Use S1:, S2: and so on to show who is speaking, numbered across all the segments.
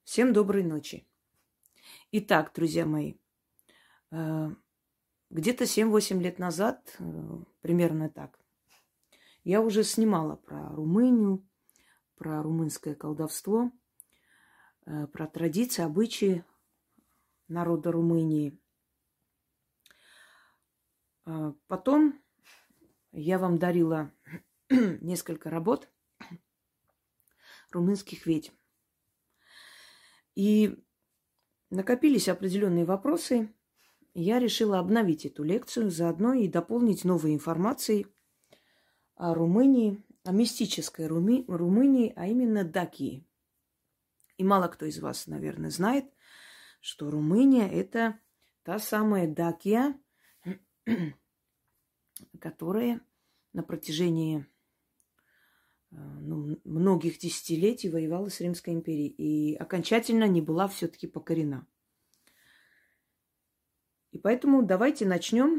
S1: Всем доброй ночи. Итак, друзья мои, где-то 7-8 лет назад, примерно так, я уже снимала про Румынию, про румынское колдовство, про традиции, обычаи народа Румынии. Потом я вам дарила несколько работ румынских ведьм. И накопились определенные вопросы. И я решила обновить эту лекцию, заодно и дополнить новой информацией о Румынии, о мистической Румынии, а именно Дакии. И мало кто из вас, наверное, знает, что Румыния – это та самая Дакия, которая на протяжении многих десятилетий воевала с Римской империей и окончательно не была все-таки покорена. И поэтому давайте начнем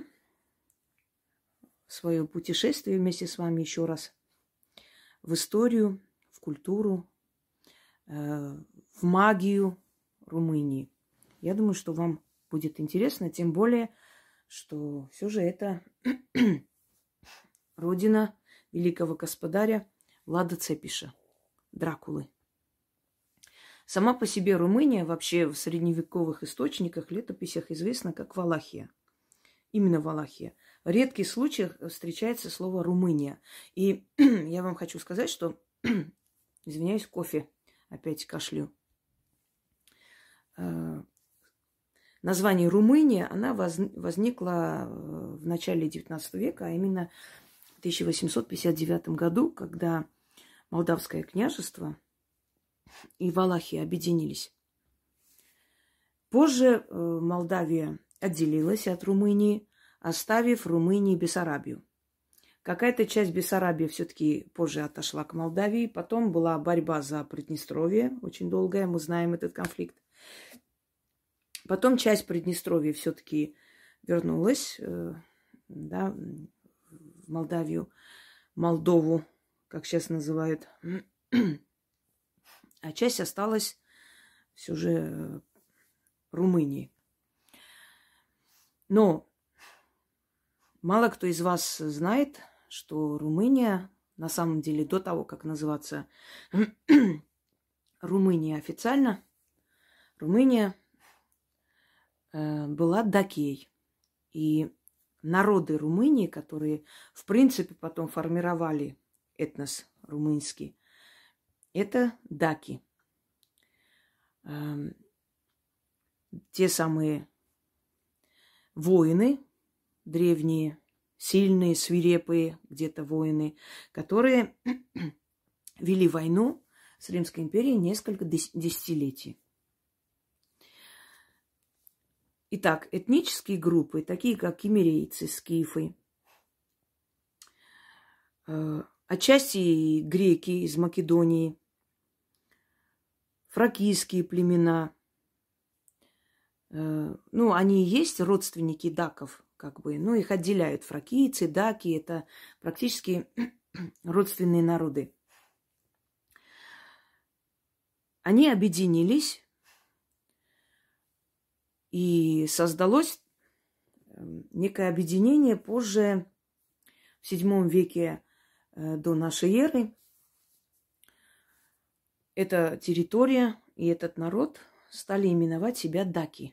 S1: свое путешествие вместе с вами еще раз в историю, в культуру, в магию Румынии. Я думаю, что вам будет интересно, тем более, что все же это родина великого господаря Влада Цепиша, Дракулы. Сама по себе Румыния вообще в средневековых источниках, летописях известна как Валахия. Именно Валахия. В редких случаях встречается слово Румыния. И я вам хочу сказать, что, извиняюсь, кофе, опять кашлю. Название Румыния, она возникла в начале XIX века, а именно в 1859 году, когда Молдавское княжество и Валахия объединились. Позже Молдавия отделилась от Румынии, оставив Румынии Бессарабию. Какая-то часть Бессарабии все-таки позже отошла к Молдавии. Потом была борьба за Приднестровье, очень долгая, мы знаем этот конфликт. Потом часть Приднестровья все-таки вернулась в Молдавию, Молдову, как сейчас называют. А часть осталась все же Румынии. Но мало кто из вас знает, что Румыния, на самом деле, до того, как называться Румыния официально, Румыния была Дакией. И народы Румынии, которые, в принципе, потом формировали этнос румынский, это даки. Те самые воины, древние, сильные, свирепые где-то воины, которые вели войну с Римской империей несколько десятилетий. Итак, этнические группы, такие как киммерийцы, скифы, отчасти греки из Македонии, фракийские племена. Они и есть родственники даков, их отделяют фракийцы, даки, это практически родственные народы. Они объединились, и создалось некое объединение позже, в VII веке до нашей эры. Эта территория и этот народ стали именовать себя даки.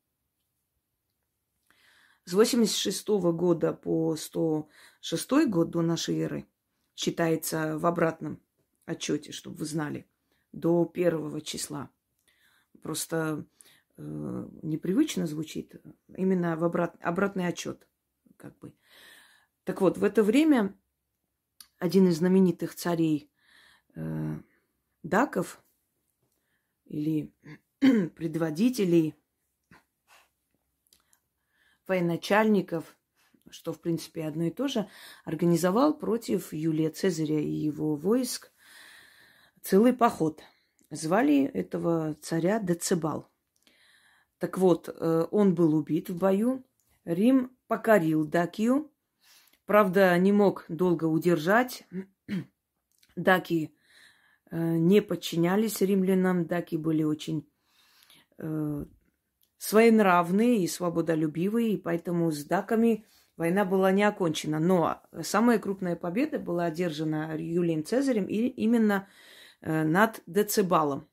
S1: С 86 года по 106 год до нашей эры считается в обратном отчете, чтобы вы знали, до 1 числа. Просто непривычно звучит, именно в обратный отчет. Так вот, в это время один из знаменитых царей даков или предводителей, военачальников, что, в принципе, одно и то же, организовал против Юлия Цезаря и его войск целый поход. Звали этого царя Децибал. Так вот, он был убит в бою. Рим покорил Дакию. Правда, не мог долго удержать. Даки не подчинялись римлянам. Даки были очень своенравные и свободолюбивые, и поэтому с даками война была не окончена. Но самая крупная победа была одержана Юлием Цезарем именно над Децибалом.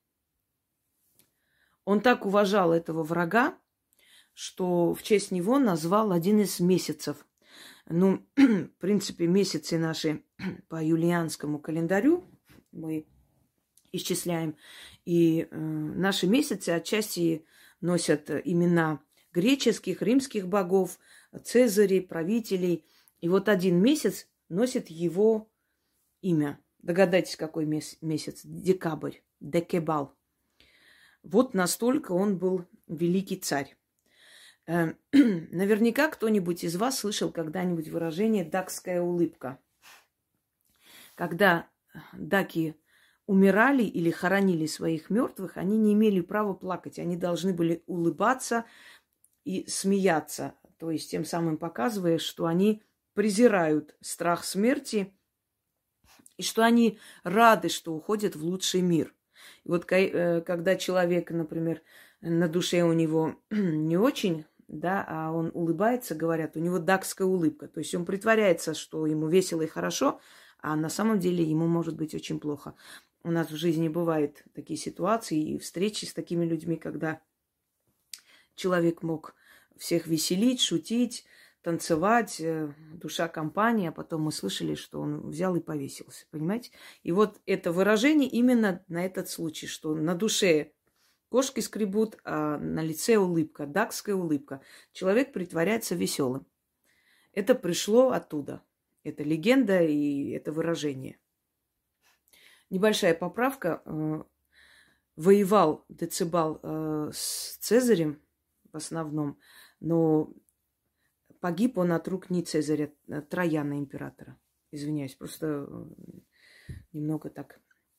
S1: Он так уважал этого врага, что в честь него назвал один из месяцев. Ну, в принципе, месяцы наши по юлианскому календарю мы исчисляем. И наши месяцы отчасти носят имена греческих, римских богов, цезарей, правителей. И вот один месяц носит его имя. Догадайтесь, какой месяц? Декабрь, Декебал. Вот настолько он был великий царь. Наверняка кто-нибудь из вас слышал когда-нибудь выражение «дакская улыбка». Когда даки умирали или хоронили своих мертвых, они не имели права плакать. Они должны были улыбаться и смеяться. То есть тем самым показывая, что они презирают страх смерти и что они рады, что уходят в лучший мир. И вот когда человек, например, на душе у него не очень, да, а он улыбается, говорят, у него дакская улыбка. То есть он притворяется, что ему весело и хорошо, а на самом деле ему может быть очень плохо. У нас в жизни бывают такие ситуации и встречи с такими людьми, когда человек мог всех веселить, шутить, танцевать, душа компании, а потом мы слышали, что он взял и повесился, понимаете? И вот это выражение именно на этот случай, что на душе кошки скребут, а на лице улыбка, дакская улыбка. Человек притворяется веселым. Это пришло оттуда. Это легенда и это выражение. Небольшая поправка. Воевал Децибал с Цезарем в основном, но погиб он от рук не Цезаря, а Трояна, императора. Извиняюсь, просто немного так.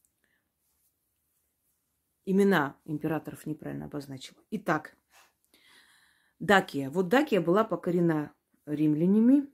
S1: Имена императоров неправильно обозначила. Итак, Дакия. Вот Дакия была покорена римлянами,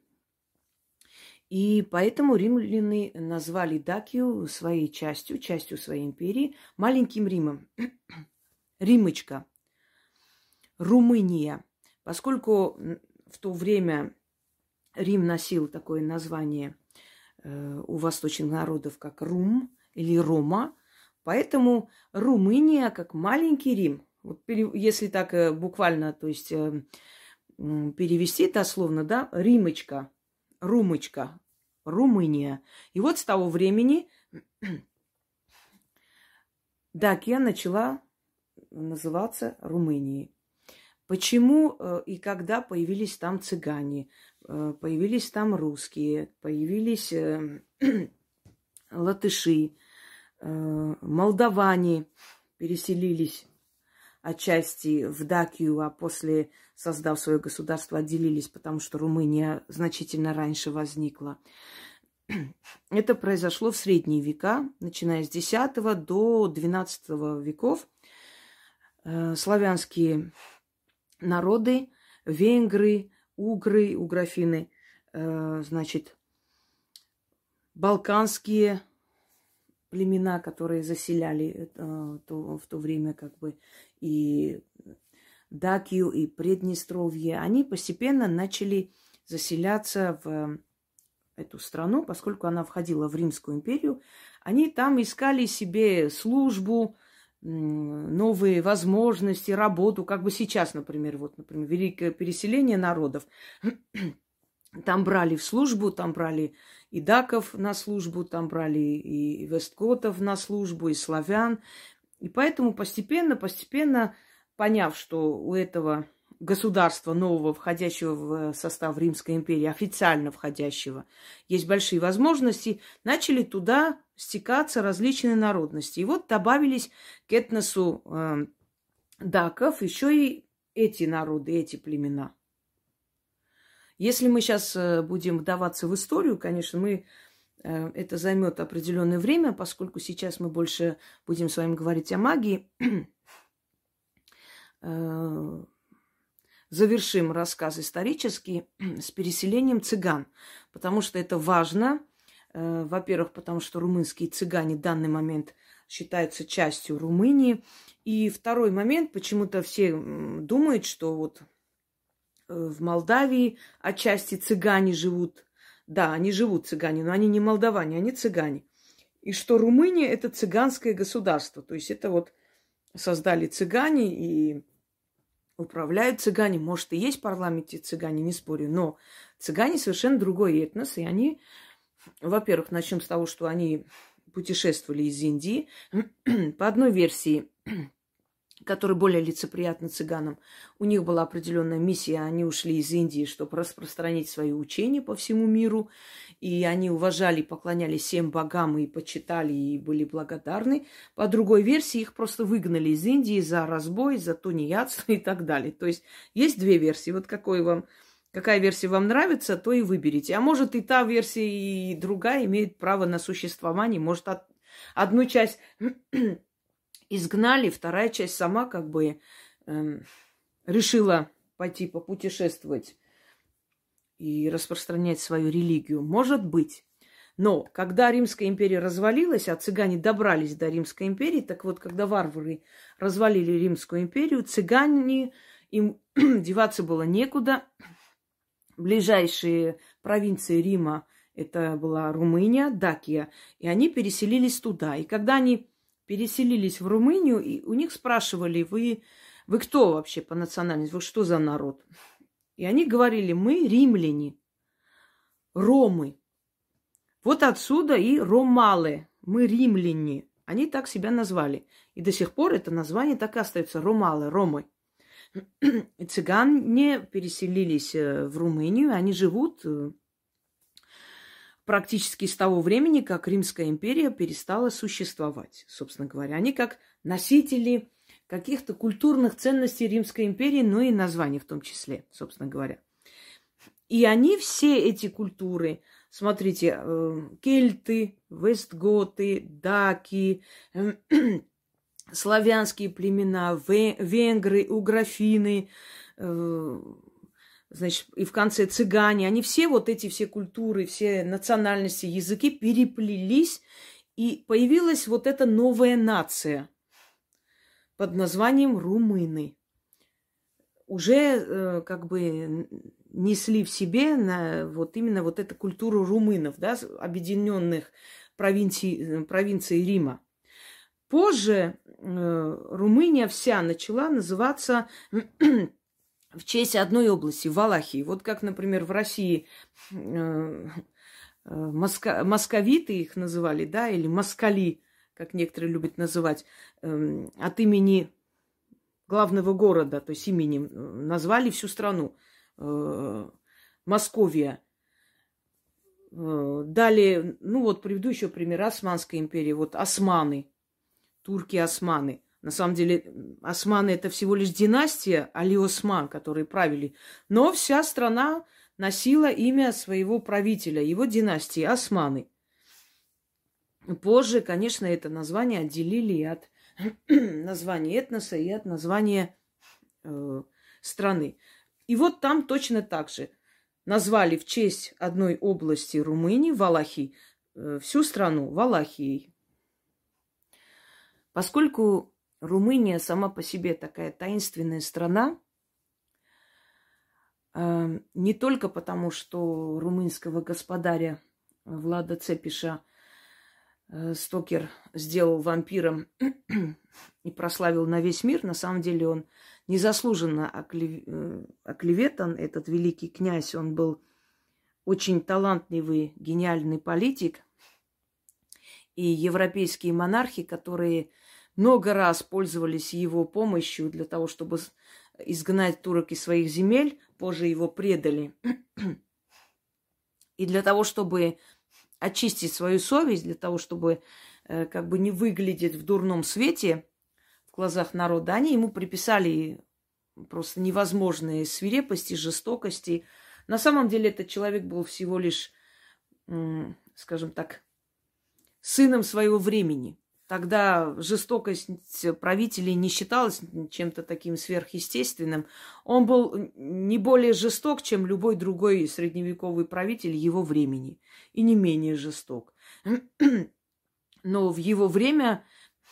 S1: и поэтому римляне назвали Дакию своей частью своей империи, маленьким Римом. Римочка. Румыния. Поскольку в то время Рим носил такое название у восточных народов, как Рум или Рома, поэтому Румыния как маленький Рим. Вот если так буквально, то есть перевести дословно, да, Римочка, Румочка, Румыния. И вот с того времени Дакия начала называться Румынией. Почему и когда появились там цыгане, появились там русские, появились латыши, молдаване переселились отчасти в Дакию, а после, создав свое государство, отделились, потому что Румыния значительно раньше возникла. Это произошло в средние века, начиная с X до XII веков. Славянские народы, венгры, угры, угрофины, значит, балканские племена, которые заселяли в то время как бы и Дакию, и Приднестровье, они постепенно начали заселяться в эту страну, поскольку она входила в Римскую империю. Они там искали себе службу, новые возможности, работу, как бы сейчас, например, великое переселение народов. Там брали в службу, там брали и даков на службу, там брали и вестготов на службу, и славян. И поэтому постепенно, поняв, что у этого государства нового, входящего в состав Римской империи, официально входящего, есть большие возможности, начали туда стекаться различные народности. И вот добавились к этносу даков еще и эти народы, эти племена. Если мы сейчас будем вдаваться в историю, конечно, это займет определенное время, поскольку сейчас мы больше будем с вами говорить о магии. Завершим рассказ исторический с переселением цыган, потому что это важно. Во-первых, потому что румынские цыгане в данный момент считается частью Румынии. И второй момент, почему-то все думают, что вот в Молдавии отчасти цыгане живут. Да, они живут цыгане, но они не молдаване, они цыгане. И что Румыния – это цыганское государство. То есть это вот создали цыгане и управляют цыгане. Может, и есть в парламенте цыгане, не спорю, но цыгане совершенно другой этнос. И они, во-первых, начнем с того, что они путешествовали из Индии. По одной версии, которая более лицеприятна цыганам, у них была определенная миссия. Они ушли из Индии, чтобы распространить свои учения по всему миру. И они уважали, поклонялись всем богам и почитали, и были благодарны. По другой версии, их просто выгнали из Индии за разбой, за тунеядство и так далее. То есть есть две версии. Вот какая версия вам нравится, то и выберите. А может, и та версия, и другая имеет право на существование. Может, одну часть изгнали, вторая часть сама как бы решила пойти попутешествовать и распространять свою религию. Может быть. Но когда Римская империя развалилась, а цыгане добрались до Римской империи, так вот, когда варвары развалили Римскую империю, цыгане, им деваться было некуда. Ближайшие провинции Рима это была Румыния, Дакия, и они переселились туда. И когда они переселились в Румынию, и у них спрашивали, вы кто вообще по национальности, вы что за народ? И они говорили, мы римляне, ромы. Вот отсюда и ромалы, мы римляне. Они так себя назвали. И до сих пор это название так и остается, ромалы, ромы. И цыгане переселились в Румынию, они живут практически с того времени, как Римская империя перестала существовать, собственно говоря. Они как носители каких-то культурных ценностей Римской империи, но и названий в том числе, собственно говоря. И они все эти культуры, смотрите, кельты, вестготы, даки, славянские племена, венгры, угрофины, значит, и в конце цыгане, они все вот эти все культуры, все национальности, языки переплелись, и появилась вот эта новая нация под названием румыны. Уже как бы несли в себе вот именно вот эту культуру румынов, да, объединенных провинций Рима. Позже Румыния вся начала называться в честь одной области, Валахии. Вот как, например, в России московиты их называли, да, или москали, как некоторые любят называть, от имени главного города, то есть именем, назвали всю страну. Московия. Далее, ну вот приведу еще пример Османской империи. Вот османы, турки-османы. На самом деле, османы – это всего лишь династия Али Осман, которые правили. Но вся страна носила имя своего правителя, его династии – османы. Позже, конечно, это название отделили от названия этноса и от названия страны. И вот там точно так же назвали в честь одной области Румынии, Валахии, всю страну Валахией. Поскольку Румыния сама по себе такая таинственная страна, не только потому, что румынского господаря Влада Цепиша Стокер сделал вампиром и прославил на весь мир, на самом деле он незаслуженно оклеветан, этот великий князь. Он был очень талантливый, гениальный политик. И европейские монархи, которые много раз пользовались его помощью для того, чтобы изгнать турок из своих земель, позже его предали. И для того, чтобы очистить свою совесть, для того, чтобы как бы не выглядеть в дурном свете в глазах народа, они ему приписали просто невозможные свирепости, жестокости. На самом деле этот человек был всего лишь, скажем так, сыном своего времени. Тогда жестокость правителей не считалась чем-то таким сверхъестественным. Он был не более жесток, чем любой другой средневековый правитель его времени. И не менее жесток. Но в его время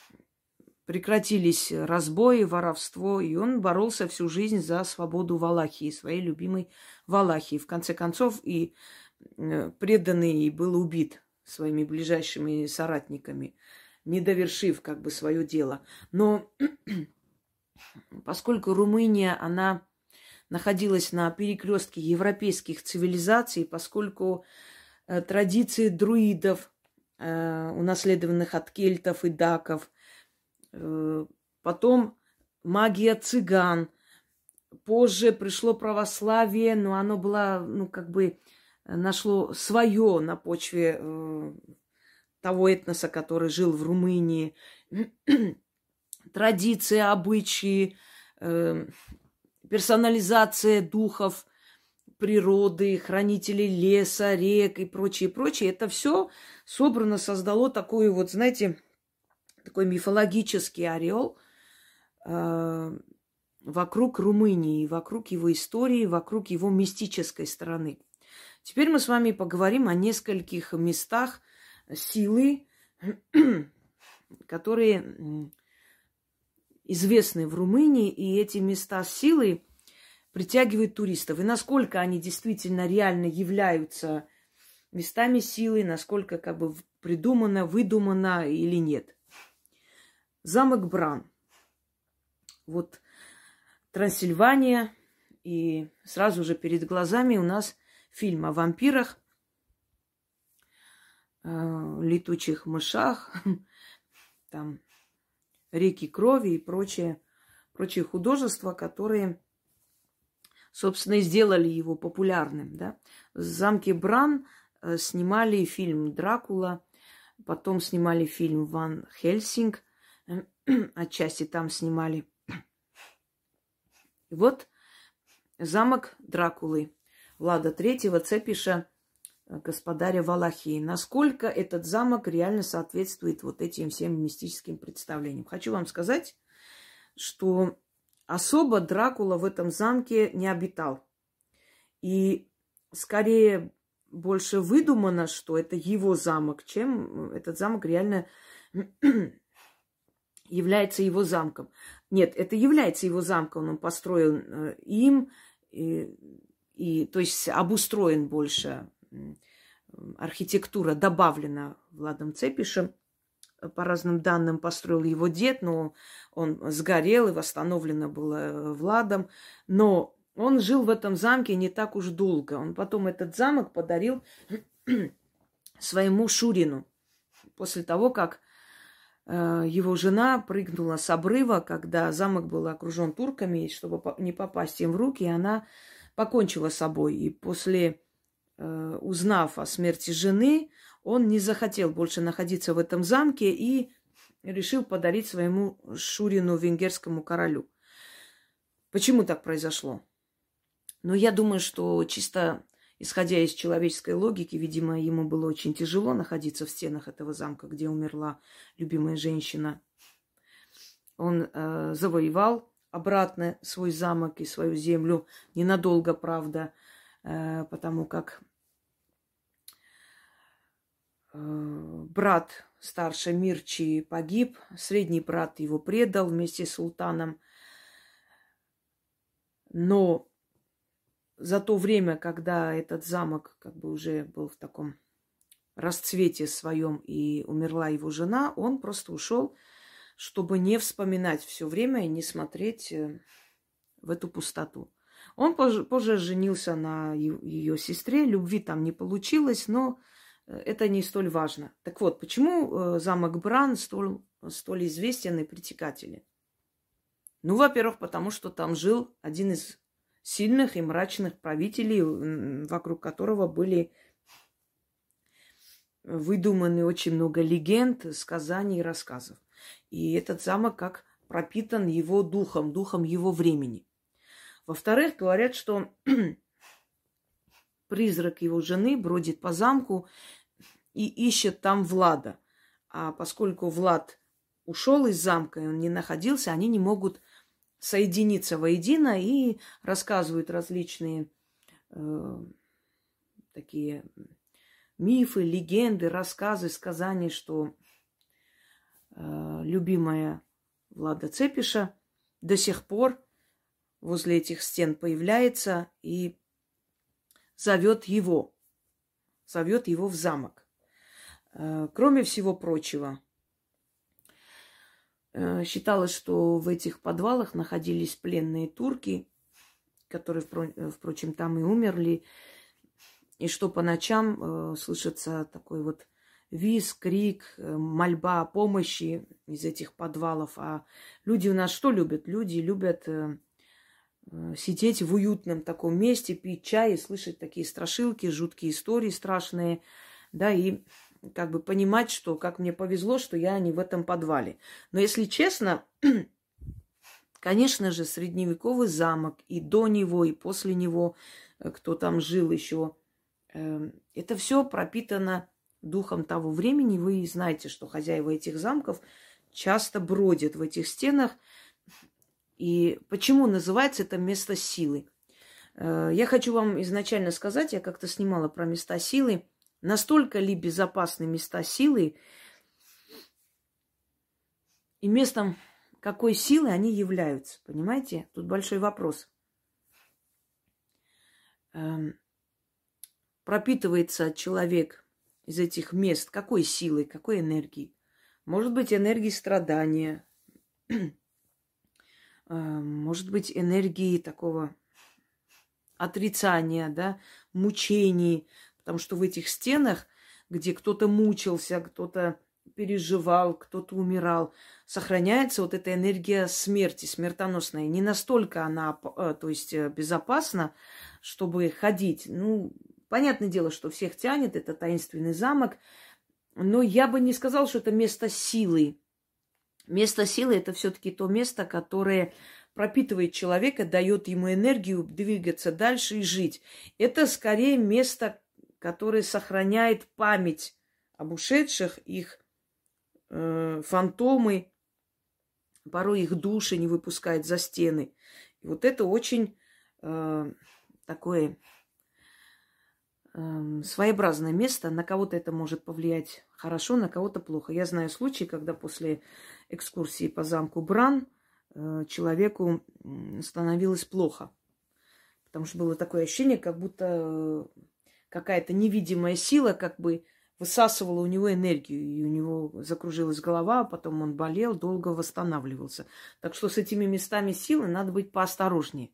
S1: прекратились разбои, воровство, и он боролся всю жизнь за свободу Валахии, своей любимой Валахии. В конце концов, и преданный был убит своими ближайшими соратниками, не довершив как бы свое дело. Но поскольку Румыния, она находилась на перекрестке европейских цивилизаций, поскольку традиции друидов, унаследованных от кельтов и даков, потом магия цыган, позже пришло православие, но оно было, нашло свое на почве того этноса, который жил в Румынии. Традиции, обычаи, персонализация духов природы, хранителей леса, рек и прочее, прочее. Это все собрано, создало такой вот, знаете, такой мифологический ореол вокруг Румынии, вокруг его истории, вокруг его мистической стороны. Теперь мы с вами поговорим о нескольких местах силы, которые известны в Румынии, и эти места силы притягивают туристов. И насколько они действительно реально являются местами силы, насколько как бы придумано, выдумано или нет. Замок Бран. Вот Трансильвания, и сразу же перед глазами у нас фильм о вампирах, летучих мышах, там реки крови и прочие художества, которые, собственно, и сделали его популярным. Да? В замке Бран снимали фильм «Дракула», потом снимали фильм «Ван Хельсинг», отчасти там снимали. И вот замок Дракулы Влада III Цепиша, господаря Валахии. Насколько этот замок реально соответствует вот этим всем мистическим представлениям. Хочу вам сказать, что особо Дракула в этом замке не обитал. И скорее больше выдумано, что это его замок, чем этот замок реально является его замком. Нет, это является его замком. Он построен им, то есть обустроен больше. Архитектура добавлена Владом Цепишем. По разным данным построил его дед, но он сгорел и восстановлено было Владом. Но он жил в этом замке не так уж долго. Он потом этот замок подарил своему Шурину. После того, как его жена прыгнула с обрыва, когда замок был окружен турками, и чтобы не попасть им в руки, она покончила с собой. И после, узнав о смерти жены, он не захотел больше находиться в этом замке и решил подарить своему Шурину, венгерскому королю. Почему так произошло? Ну, я думаю, что чисто исходя из человеческой логики, видимо, ему было очень тяжело находиться в стенах этого замка, где умерла любимая женщина. Он завоевал обратно свой замок и свою землю. Ненадолго, правда, потому как брат старший Мирчи погиб, средний брат его предал вместе с султаном. Но за то время, когда этот замок как бы уже был в таком расцвете своем и умерла его жена, он просто ушел, чтобы не вспоминать все время и не смотреть в эту пустоту. Он позже женился на ее сестре, любви там не получилось, но это не столь важно. Так вот, почему замок Бран столь известен и притекателен? Ну, во-первых, потому что там жил один из сильных и мрачных правителей, вокруг которого были выдуманы очень много легенд, сказаний и рассказов. И этот замок как пропитан его духом его времени. Во-вторых, говорят, что призрак его жены бродит по замку и ищет там Влада. А поскольку Влад ушел из замка, и он не находился, они не могут соединиться воедино и рассказывают различные такие мифы, легенды, рассказы, сказания, что любимая Влада Цепиша до сих пор возле этих стен появляется и зовет его в замок. Кроме всего прочего, считалось, что в этих подвалах находились пленные турки, которые, впрочем, там и умерли, и что по ночам слышится такой вот визг, крик, мольба о помощи из этих подвалов. А люди у нас что любят? Люди любят сидеть в уютном таком месте, пить чай и слышать такие страшилки, жуткие истории страшные, да, и как бы понимать, что как мне повезло, что я не в этом подвале. Но если честно, конечно же, средневековый замок и до него, и после него, кто там жил еще, это все пропитано духом того времени. Вы знаете, что хозяева этих замков часто бродят в этих стенах. И почему называется это место силы? Я хочу вам изначально сказать, я как-то снимала про места силы. Настолько ли безопасны места силы и местом какой силы они являются? Понимаете? Тут большой вопрос. Пропитывается человек из этих мест какой силой, какой энергией? Может быть, энергией страдания, может быть, энергией такого отрицания, да, мучений. Потому что в этих стенах, где кто-то мучился, кто-то переживал, кто-то умирал, сохраняется вот эта энергия смерти, смертоносная. Не настолько она, то есть, безопасна, чтобы ходить. Ну, понятное дело, что всех тянет, это таинственный замок, но я бы не сказала, что это место силы. Место силы – это все-таки то место, которое пропитывает человека, дает ему энергию двигаться дальше и жить. Это скорее место, которое сохраняет память об ушедших, их фантомы, порой их души не выпускает за стены. И вот это очень такое своеобразное место. На кого-то это может повлиять хорошо, на кого-то плохо. Я знаю случаи, когда после экскурсии по замку Бран человеку становилось плохо. Потому что было такое ощущение, как будто какая-то невидимая сила как бы высасывала у него энергию. И у него закружилась голова, а потом он болел, долго восстанавливался. Так что с этими местами силы надо быть поосторожнее.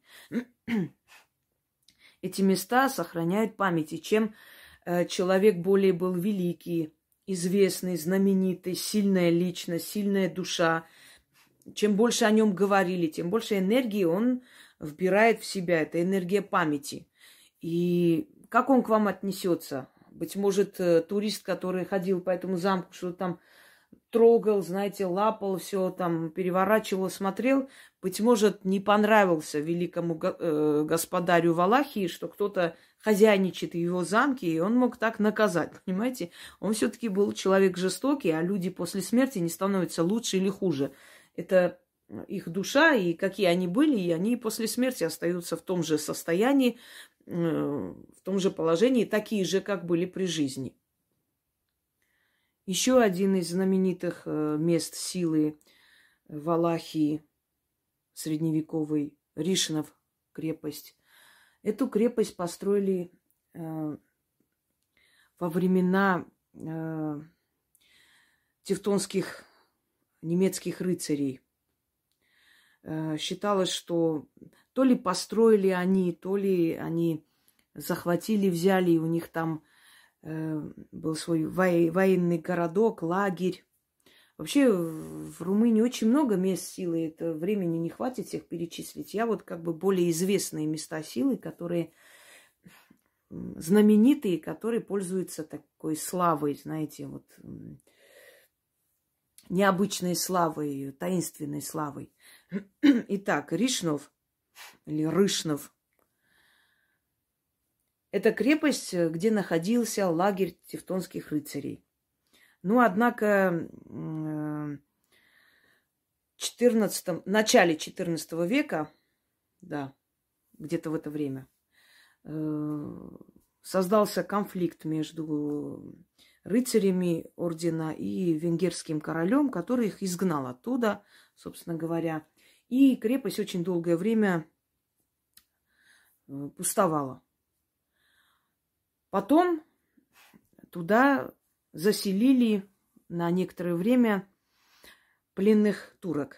S1: Эти места сохраняют память. И чем человек более был великий, известный, знаменитый, сильная личность, сильная душа, чем больше о нем говорили, тем больше энергии он вбирает в себя. Это энергия памяти. И как он к вам отнесется? Быть может, турист, который ходил по этому замку, что-то там трогал, знаете, лапал, все там переворачивал, смотрел, быть может, не понравился великому господарю Валахии, что кто-то хозяйничает в его замке, и он мог так наказать, понимаете? Он все-таки был человек жестокий, а люди после смерти не становятся лучше или хуже. Это их душа, и какие они были, и они после смерти остаются в том же состоянии, в том же положении, такие же, как были при жизни. Еще один из знаменитых мест силы Валахии средневековой, Ришнов крепость. Эту крепость построили во времена тевтонских немецких рыцарей. Считалось, что то ли построили они, то ли они захватили, взяли, и у них там был свой военный городок, лагерь. Вообще в Румынии очень много мест силы, это времени не хватит всех перечислить. Я вот как бы более известные места силы, которые знаменитые, которые пользуются такой славой, знаете, вот необычной славой, таинственной славой. Итак, Ришнов или Рышнов – это крепость, где находился лагерь тевтонских рыцарей. Ну, однако в начале XIV века, да, где-то в это время, создался конфликт между рыцарями ордена и венгерским королем, который их изгнал оттуда, собственно говоря. И крепость очень долгое время пустовала. Потом туда заселили на некоторое время пленных турок.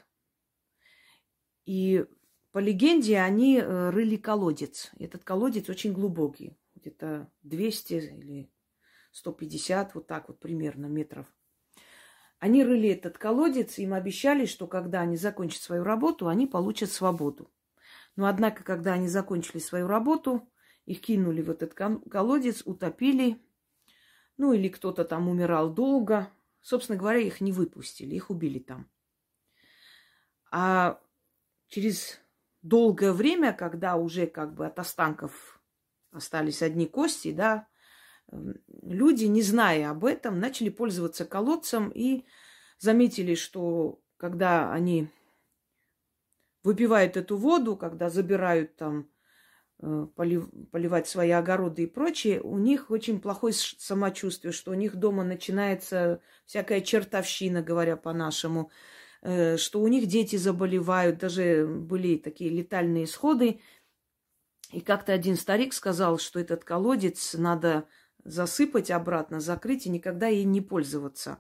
S1: И по легенде они рыли колодец. Этот колодец очень глубокий, где-то 200 или 150, вот так вот примерно метров. Они рыли этот колодец, им обещали, что когда они закончат свою работу, они получат свободу. Но однако, когда они закончили свою работу, их кинули в этот колодец, утопили, ну или кто-то там умирал долго. Собственно говоря, их не выпустили, их убили там. А через долгое время, когда уже как бы от останков остались одни кости, да, люди, не зная об этом, начали пользоваться колодцем и заметили, что когда они выпивают эту воду, когда забирают там поливать свои огороды и прочее, у них очень плохое самочувствие, что у них дома начинается всякая чертовщина, говоря по-нашему, что у них дети заболевают, даже были такие летальные исходы. И как-то один старик сказал, что этот колодец надо засыпать обратно, закрыть и никогда ей не пользоваться.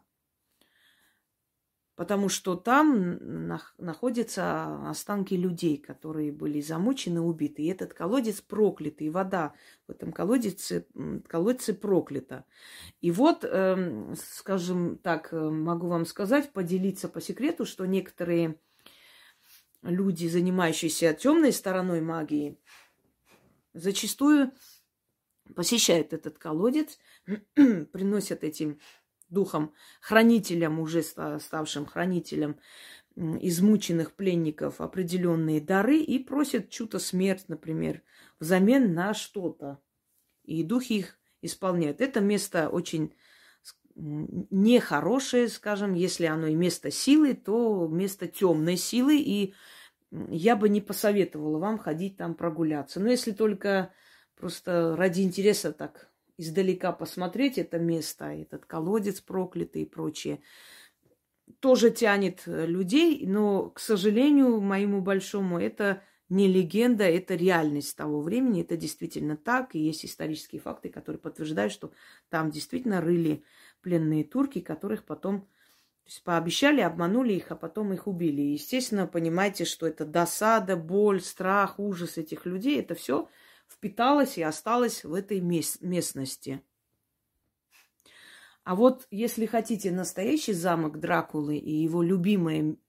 S1: Потому что там находятся останки людей, которые были замучены, убиты. И этот колодец проклятый, вода в этом колодце проклята. И вот, скажем так, могу вам сказать, поделиться по секрету, что некоторые люди, занимающиеся темной стороной магии, зачастую посещают этот колодец, приносят этим духом, хранителям, уже ставшим хранителям измученных пленников определенные дары и просят чью-то смерть, например, взамен на что-то. И духи их исполняют. Это место очень нехорошее, скажем, если оно и место силы, то место темной силы, и я бы не посоветовала вам ходить там прогуляться. Но если только просто ради интереса так издалека посмотреть это место, этот колодец проклятый и прочее, тоже тянет людей, но, к сожалению, моему большому, это не легенда, это реальность того времени, это действительно так, и есть исторические факты, которые подтверждают, что там действительно рыли пленные турки, которых потом, то есть, пообещали, обманули их, а потом их убили. И, естественно, понимаете, что это досада, боль, страх, ужас этих людей, это все впиталось и осталось в этой местности. А вот если хотите настоящий замок Дракулы и его любимое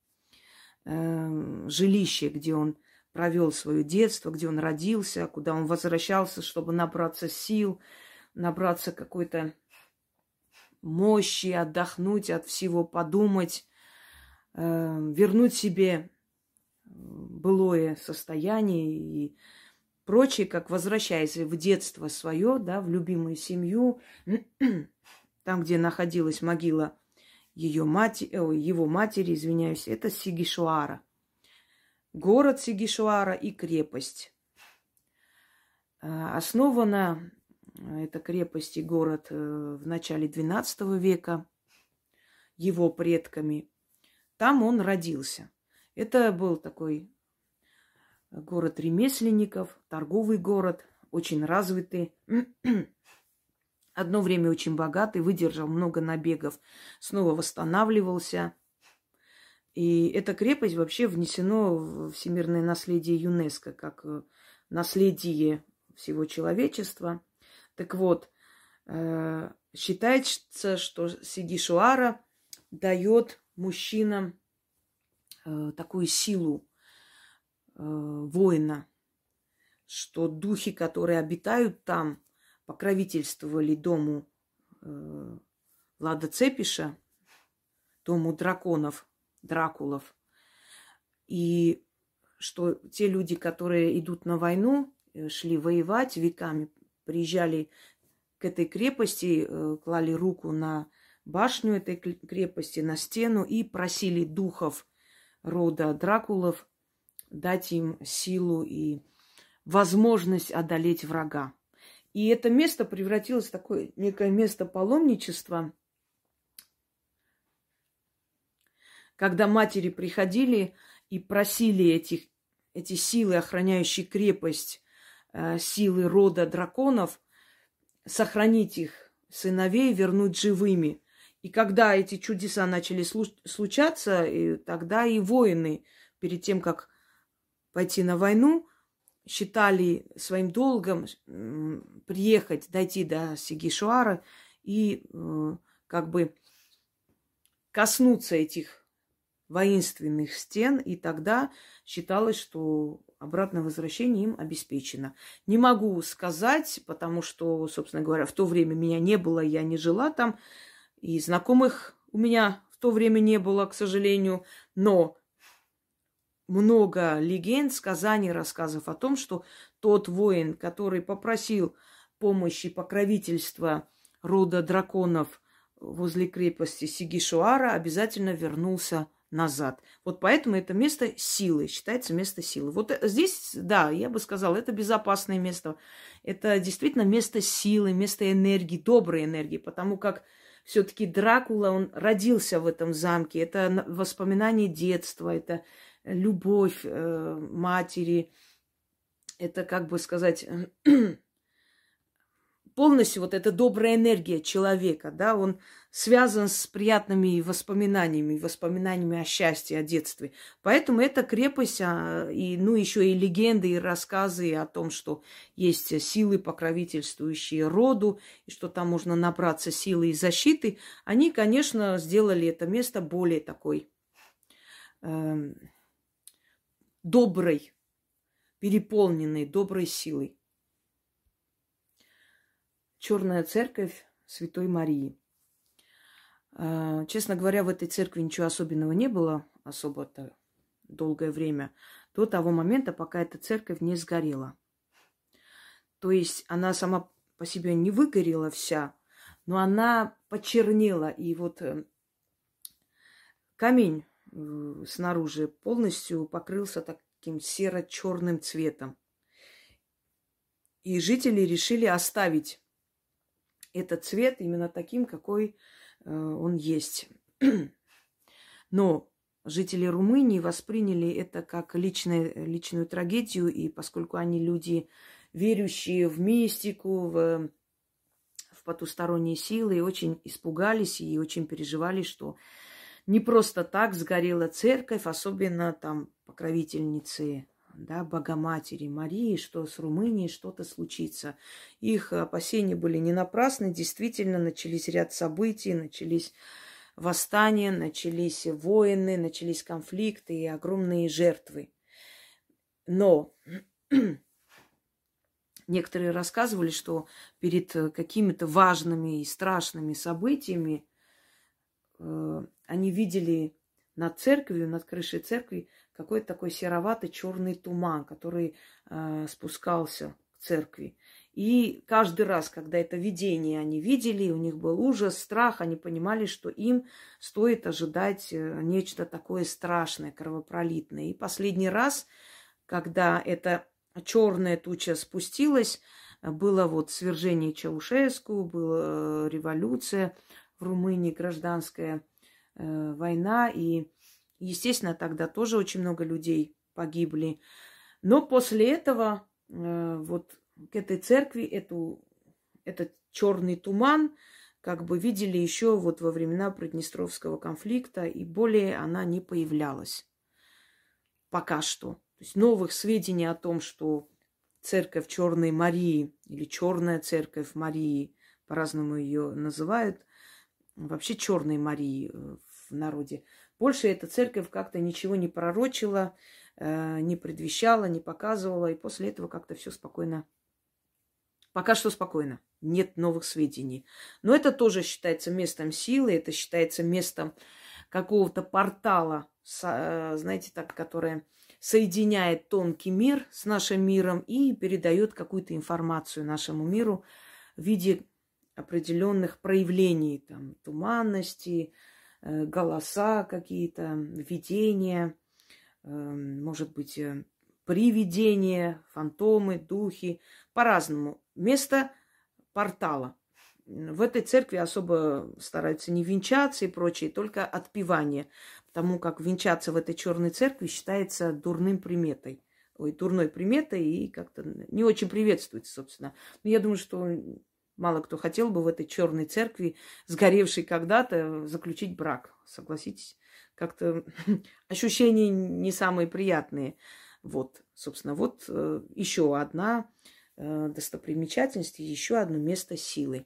S1: жилище, где он провел свое детство, где он родился, куда он возвращался, чтобы набраться сил, набраться какой-то мощи, отдохнуть от всего, подумать, вернуть себе былое состояние и прочее, как возвращаясь в детство свое, да, в любимую семью, там, где находилась могила его матери, извиняюсь, это Сигишуара. Город Сигишуара и крепость. Основана эта крепость и город в начале XII века его предками. Там он родился. Это был такой город ремесленников, торговый город, очень развитый. Одно время очень богатый, выдержал много набегов, снова восстанавливался. И эта крепость вообще внесена в всемирное наследие ЮНЕСКО, как наследие всего человечества. Так вот, считается, что Сигишуара дает мужчинам такую силу воина, что духи, которые обитают там, покровительствовали дому Влада Цепиша, дому Дракулов. И что те люди, которые идут на войну, шли воевать веками, приезжали к этой крепости, клали руку на башню этой крепости, на стену и просили духов рода Дракулов дать им силу и возможность одолеть врага. И это место превратилось в такое некое место паломничества, когда матери приходили и просили эти силы, охраняющие крепость, силы рода драконов, сохранить их сыновей, вернуть живыми. И когда эти чудеса начали случаться, тогда и воины, перед тем, как пойти на войну, считали своим долгом приехать, дойти до Сигишуара и как бы коснуться этих воинственных стен, и тогда считалось, что обратное возвращение им обеспечено. Не могу сказать, потому что, собственно говоря, в то время меня не было, я не жила там, и знакомых у меня в то время не было, к сожалению, но много легенд, сказаний, рассказов о том, что тот воин, который попросил помощи, покровительства рода драконов возле крепости Сигишуара, обязательно вернулся назад. Вот поэтому это место силы, считается место силы. Вот здесь, да, я бы сказала, это безопасное место. Это действительно место силы, место энергии, доброй энергии, потому как все-таки Дракула, он родился в этом замке. Это воспоминание детства, это любовь матери, это, как бы сказать, полностью вот эта добрая энергия человека, да, он связан с приятными воспоминаниями о счастье, о детстве. Поэтому эта крепость, ну, еще и легенды, и рассказы о том, что есть силы, покровительствующие роду, и что там можно набраться силы и защиты, они, конечно, сделали это место более такой доброй, переполненной доброй силой. Черная церковь Святой Марии. Честно говоря, в этой церкви ничего особенного не было, особо-то долгое время, до того момента, пока эта церковь не сгорела. То есть она сама по себе не выгорела вся, но она почернела. И вот камень снаружи полностью покрылся таким серо-черным цветом. И жители решили оставить этот цвет именно таким, какой он есть. Но жители Румынии восприняли это как личную трагедию, и поскольку они люди, верующие в мистику, в потусторонние силы, очень испугались и очень переживали, что не просто так сгорела церковь, особенно там покровительницы, да, Богоматери Марии, что с Румынией что-то случится. Их опасения были не напрасны. Действительно, начались ряд событий, начались восстания, начались войны, начались конфликты и огромные жертвы. Но некоторые рассказывали, что перед какими-то важными и страшными событиями они видели над церковью, над крышей церкви какой-то такой сероватый черный туман, который спускался к церкви. И каждый раз, когда это видение они видели, у них был ужас, страх, они понимали, что им стоит ожидать нечто такое страшное, кровопролитное. И последний раз, когда эта черная туча спустилась, было вот свержение Чаушеску, была революция в Румынии, гражданская война, и, естественно, тогда тоже очень много людей погибли. Но после этого вот к этой церкви этот черный туман как бы видели еще вот во времена Приднестровского конфликта, и более она не появлялась пока что. То есть новых сведений о том, что церковь Черной Марии или Черная церковь Марии, по-разному ее называют, вообще Черной Марии в народе. Больше эта церковь как-то ничего не пророчила, не предвещала, не показывала. И после этого как-то все спокойно. Пока что спокойно. Нет новых сведений. Но это тоже считается местом силы, это считается местом какого-то портала, знаете, так, которое соединяет тонкий мир с нашим миром и передает какую-то информацию нашему миру в виде определенных проявлений, там, туманности, голоса какие-то, видения, может быть, привидения, фантомы, духи, по-разному. Место портала. В этой церкви особо стараются не венчаться и прочее, только отпевание. Потому как венчаться в этой черной церкви считается дурной приметой и как-то не очень приветствуется, собственно. Но я думаю, что мало кто хотел бы в этой черной церкви, сгоревшей когда-то, заключить брак. Согласитесь? Как-то ощущения не самые приятные. Вот, собственно, еще одна достопримечательность, еще одно место силы.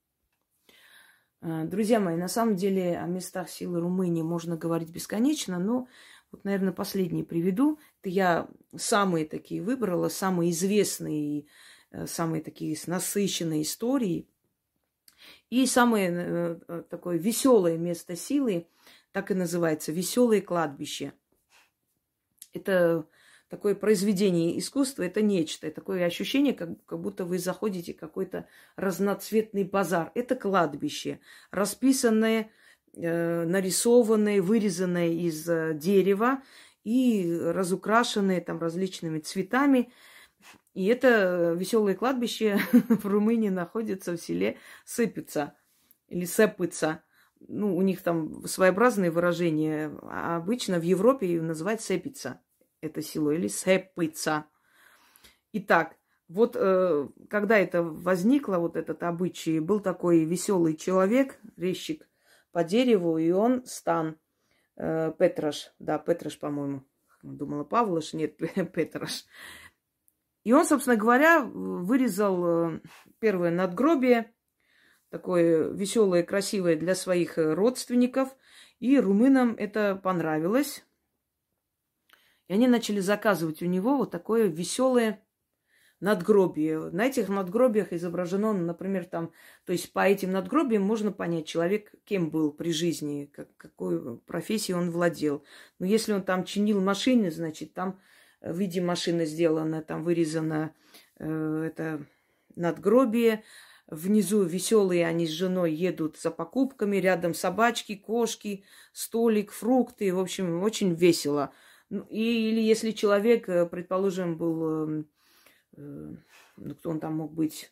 S1: Друзья мои, на самом деле о местах силы Румынии можно говорить бесконечно, но вот, наверное, последние приведу. Это я самые такие выбрала, самые известные, самые такие с насыщенной историей. И самое такое веселое место силы, так и называется, веселое кладбище. Это такое произведение искусства, это нечто. Это такое ощущение, как будто вы заходите в какой-то разноцветный базар. Это кладбище, расписанное, нарисованное, вырезанное из дерева и разукрашенное там различными цветами. И это веселое кладбище в Румынии находится в селе Сыпица или Сепица. Ну, у них там своеобразные выражения. А обычно в Европе ее называют Сепица. Это село, или Сепица. Итак, вот когда это возникло, вот этот обычай, был такой веселый человек, резчик по дереву, и он Стан Петраш. Да, Петраш, по-моему. Думала, Павлош, нет, Петраш. И он, собственно говоря, вырезал первое надгробие, такое веселое, красивое для своих родственников. И румынам это понравилось. И они начали заказывать у него вот такое веселое надгробие. На этих надгробиях изображено, например, там, то есть по этим надгробиям можно понять, человек кем был при жизни, какой профессией он владел. Но если он там чинил машины, значит, там в виде машины сделано, там вырезано это надгробие. Внизу веселые они с женой едут за покупками, рядом собачки, кошки, столик, фрукты. В общем, очень весело. Или если человек, предположим, был, кто он там мог быть,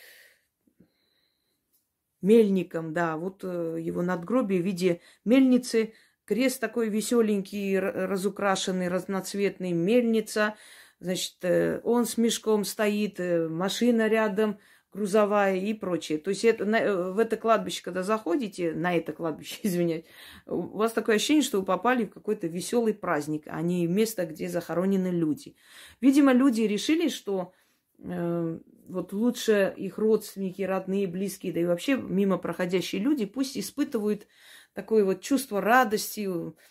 S1: мельником, да, вот его надгробие в виде мельницы, крест такой веселенький, разукрашенный, разноцветный, мельница, значит, он с мешком стоит, машина рядом, грузовая и прочее. То есть в это кладбище, когда заходите, на это кладбище, извиняюсь, у вас такое ощущение, что вы попали в какой-то веселый праздник, а не место, где захоронены люди. Видимо, люди решили, что вот лучше их родственники, родные, близкие, да и вообще мимо проходящие люди пусть испытывают такое вот чувство радости,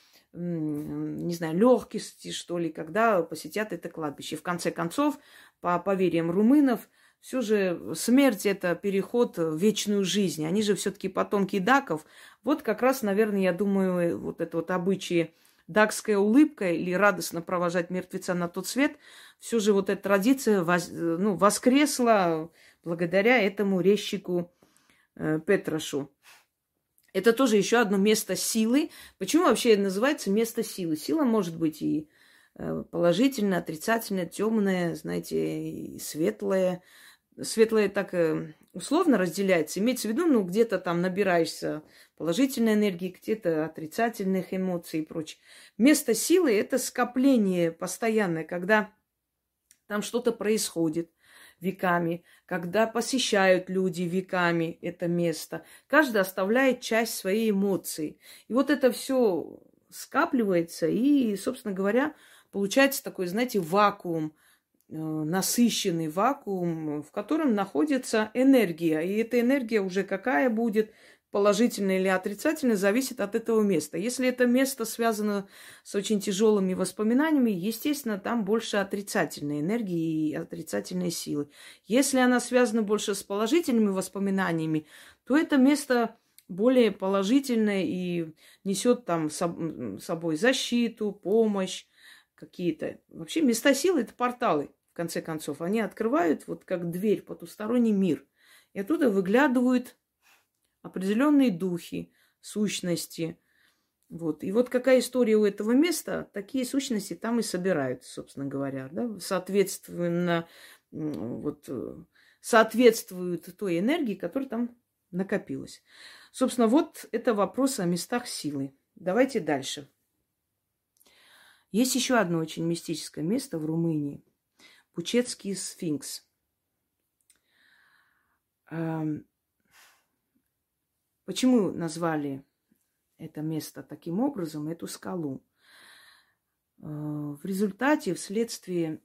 S1: не знаю, легкости, что ли, когда посетят это кладбище. В конце концов, по поверьям румынов, все же смерть – это переход в вечную жизнь. Они же все-таки потомки даков. Вот как раз, наверное, я думаю, вот это вот обычаи дакская улыбка или радостно провожать мертвеца на тот свет, все же вот эта традиция воскресла благодаря этому резчику Петрашу. Это тоже еще одно место силы. Почему вообще это называется место силы? Сила может быть и положительная, отрицательная, темная, знаете, и светлая. Светлое так условно разделяется. Имеется в виду, ну, где-то там набираешься положительной энергии, где-то отрицательных эмоций и прочее. Место силы – это скопление постоянное, когда там что-то происходит веками, когда посещают люди веками это место. Каждый оставляет часть своей эмоции. И вот это все скапливается, и, собственно говоря, получается такой, знаете, вакуум, насыщенный вакуум, в котором находится энергия. И эта энергия уже какая будет, положительная или отрицательная, зависит от этого места. Если это место связано с очень тяжелыми воспоминаниями, естественно, там больше отрицательной энергии и отрицательной силы. Если она связана больше с положительными воспоминаниями, то это место более положительное и несет там с собой защиту, помощь, какие-то. Вообще места силы – это порталы, в конце концов. Они открывают вот как дверь в потусторонний мир. И оттуда выглядывают определенные духи, сущности. Вот. И вот какая история у этого места, такие сущности там и собираются, собственно говоря. Да? Соответственно, вот, соответствуют той энергии, которая там накопилась. Собственно, вот это вопрос о местах силы. Давайте дальше. Есть еще одно очень мистическое место в Румынии. Бучетский сфинкс. Почему назвали это место таким образом, эту скалу? В результате, вследствие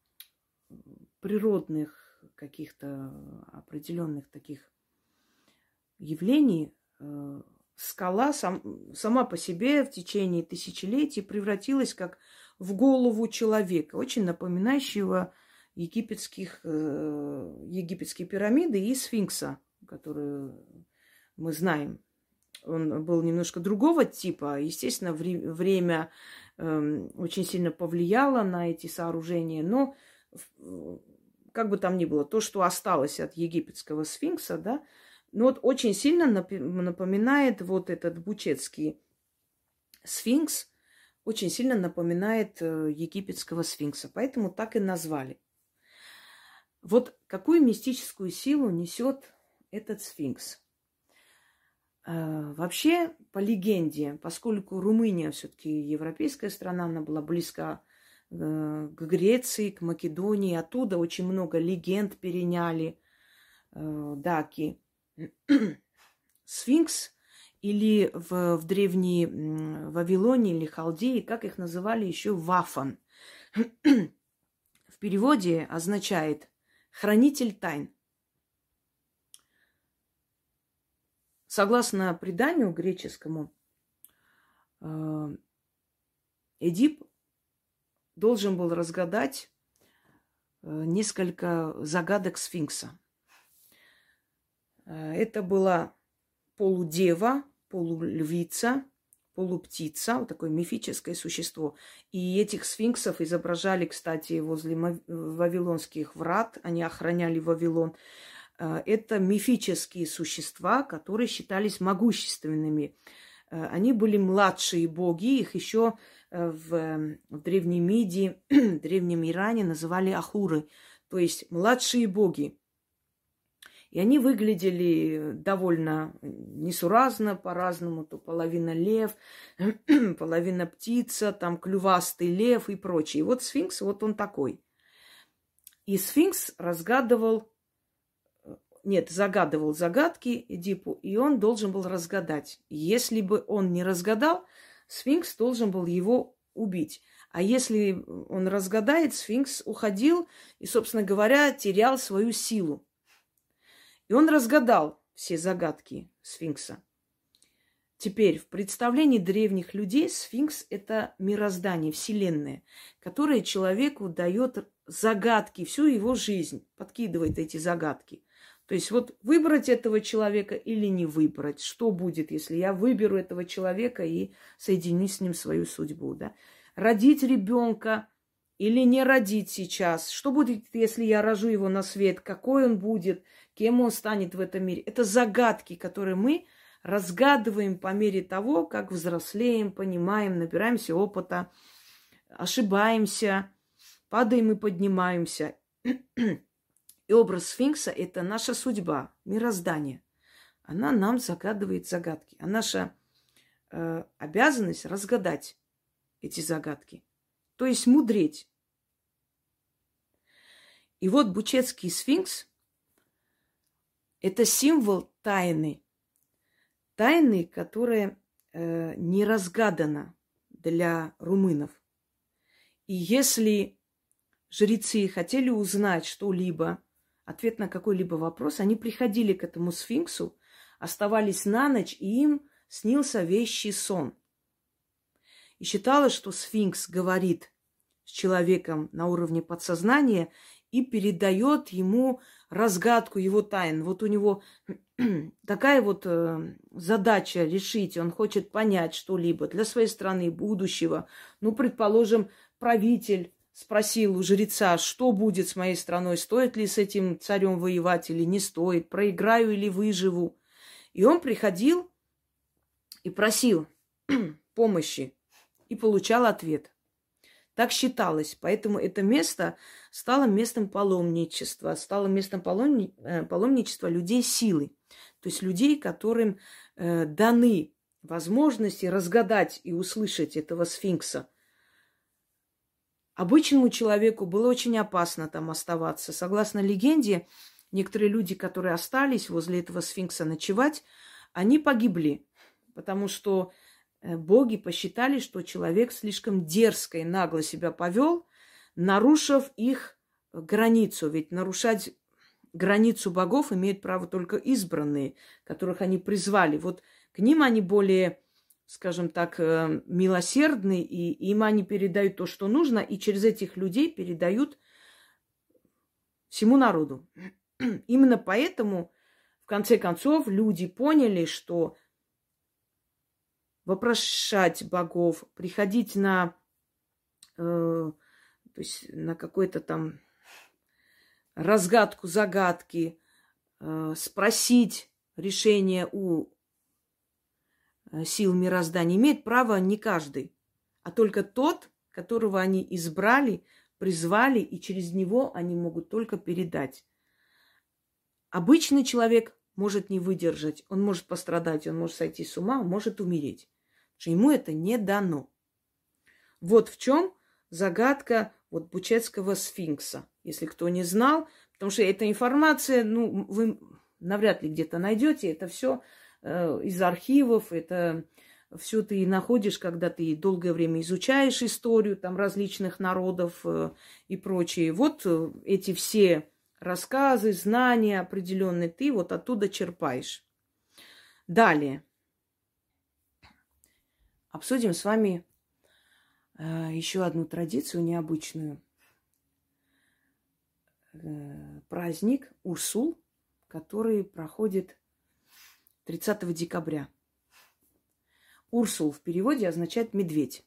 S1: природных каких-то определенных таких явлений, скала сама по себе в течение тысячелетий превратилась как в голову человека, очень напоминающего египетские пирамиды и сфинкса, которые мы знаем. Он был немножко другого типа. Естественно, время очень сильно повлияло на эти сооружения, но как бы там ни было, то, что осталось от египетского сфинкса, да, но вот очень сильно напоминает вот этот бучетский сфинкс, очень сильно напоминает египетского сфинкса. Поэтому так и назвали. Вот какую мистическую силу несет этот сфинкс? Вообще, по легенде, поскольку Румыния все-таки европейская страна, она была близка к Греции, к Македонии, оттуда очень много легенд переняли даки. Сфинкс или в древней Вавилонии или Халдее, как их называли еще, Вафан. В переводе означает «хранитель тайн». Согласно преданию греческому, Эдип должен был разгадать несколько загадок сфинкса. Это была полудева, полульвица, полуптица, вот такое мифическое существо. И этих сфинксов изображали, кстати, возле вавилонских врат. Они охраняли Вавилон. Это мифические существа, которые считались могущественными. Они были младшие боги, их еще в Древней Мидии, в Древнем Иране называли ахуры, то есть младшие боги. И они выглядели довольно несуразно, по-разному. То половина лев, половина птица, там клювастый лев и прочее. И вот сфинкс, вот он такой. И сфинкс загадывал загадки Эдипу, и он должен был разгадать. Если бы он не разгадал, сфинкс должен был его убить. А если он разгадает, сфинкс уходил и, собственно говоря, терял свою силу. И он разгадал все загадки сфинкса. Теперь, в представлении древних людей сфинкс – это мироздание, вселенная, которое человеку дает загадки всю его жизнь, подкидывает эти загадки. То есть вот выбрать этого человека или не выбрать. Что будет, если я выберу этого человека и соединю с ним свою судьбу, да? Родить ребенка или не родить сейчас? Что будет, если я рожу его на свет? Какой он будет? Кем он станет в этом мире? Это загадки, которые мы разгадываем по мере того, как взрослеем, понимаем, набираемся опыта, ошибаемся, падаем и поднимаемся. И образ сфинкса – это наша судьба, мироздание. Она нам загадывает загадки. А наша обязанность – разгадать эти загадки. То есть мудреть. И вот Бучетский сфинкс – это символ тайны. Тайны, которая не разгадана для румынов. И если жрецы хотели узнать что-либо, ответ на какой-либо вопрос, они приходили к этому сфинксу, оставались на ночь, и им снился вещий сон. И считалось, что сфинкс говорит с человеком на уровне подсознания и передает ему разгадку его тайн. Вот у него такая вот задача решить, он хочет понять что-либо для своей страны, будущего. Ну, предположим, правитель спросил у жреца, что будет с моей страной, стоит ли с этим царем воевать или не стоит, проиграю или выживу. И он приходил и просил помощи и получал ответ. Так считалось. Поэтому это место стало местом паломничества. Стало местом паломничества людей силы. То есть людей, которым даны возможности разгадать и услышать этого сфинкса. Обычному человеку было очень опасно там оставаться. Согласно легенде, некоторые люди, которые остались возле этого сфинкса ночевать, они погибли, потому что боги посчитали, что человек слишком дерзко и нагло себя повел, нарушив их границу. Ведь нарушать границу богов имеют право только избранные, которых они призвали. Вот к ним они более, скажем так, милосердны, и им они передают то, что нужно, и через этих людей передают всему народу. Именно поэтому, в конце концов, люди поняли, что вопрошать богов, приходить то есть на какой-то там разгадку загадки, спросить решение у сил мироздания имеет право не каждый, а только тот, которого они избрали, призвали, и через него они могут только передать. Обычный человек может не выдержать, он может пострадать, он может сойти с ума, он может умереть. Потому что ему это не дано. Вот в чем загадка вот Бучетского сфинкса. Если кто не знал, потому что эта информация, вы навряд ли где-то найдете, это все из архивов, это все ты находишь, когда ты долгое время изучаешь историю там различных народов и прочее. Вот эти все рассказы, знания определенные, ты вот оттуда черпаешь. Далее. Обсудим с вами еще одну традицию необычную. Праздник Урсул, который проходит 30 декабря. Урсул в переводе означает медведь.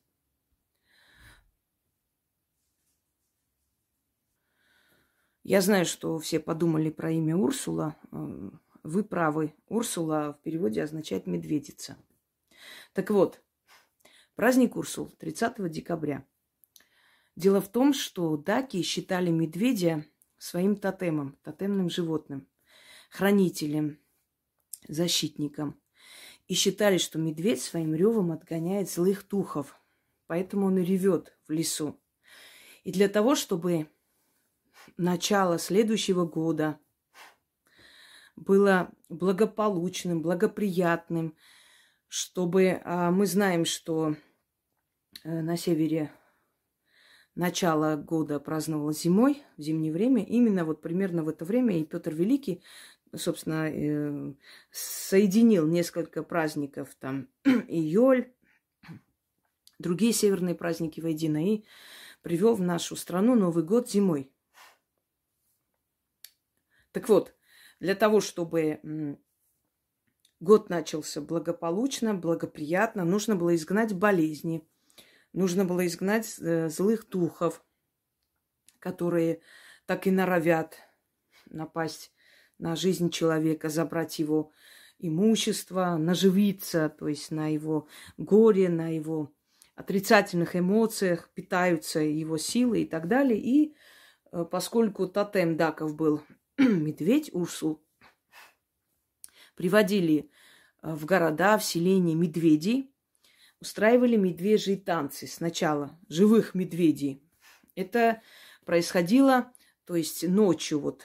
S1: Я знаю, что все подумали про имя Урсула. Вы правы. Урсула в переводе означает медведица. Так вот, праздник Урсул 30 декабря. Дело в том, что даки считали медведя своим тотемом, тотемным животным, хранителем, защитником. И считали, что медведь своим ревом отгоняет злых духов. Поэтому он и ревет в лесу. И для того, чтобы начало следующего года было благополучным, благоприятным, чтобы мы знаем, что на севере начало года праздновалось зимой, в зимнее время. Именно вот примерно в это время и Петр Великий, собственно, соединил несколько праздников, там, Июль, другие северные праздники воедино, и привел в нашу страну Новый год зимой. Так вот, для того, чтобы год начался благополучно, благоприятно, нужно было изгнать болезни, нужно было изгнать злых духов, которые так и норовят напасть на жизнь человека, забрать его имущество, наживиться, то есть на его горе, на его отрицательных эмоциях, питаются его силы и так далее. И поскольку тотем даков был медведь Урсул, приводили в города, в селения медведей, устраивали медвежьи танцы. Сначала живых медведей. Это происходило, то есть ночью, вот,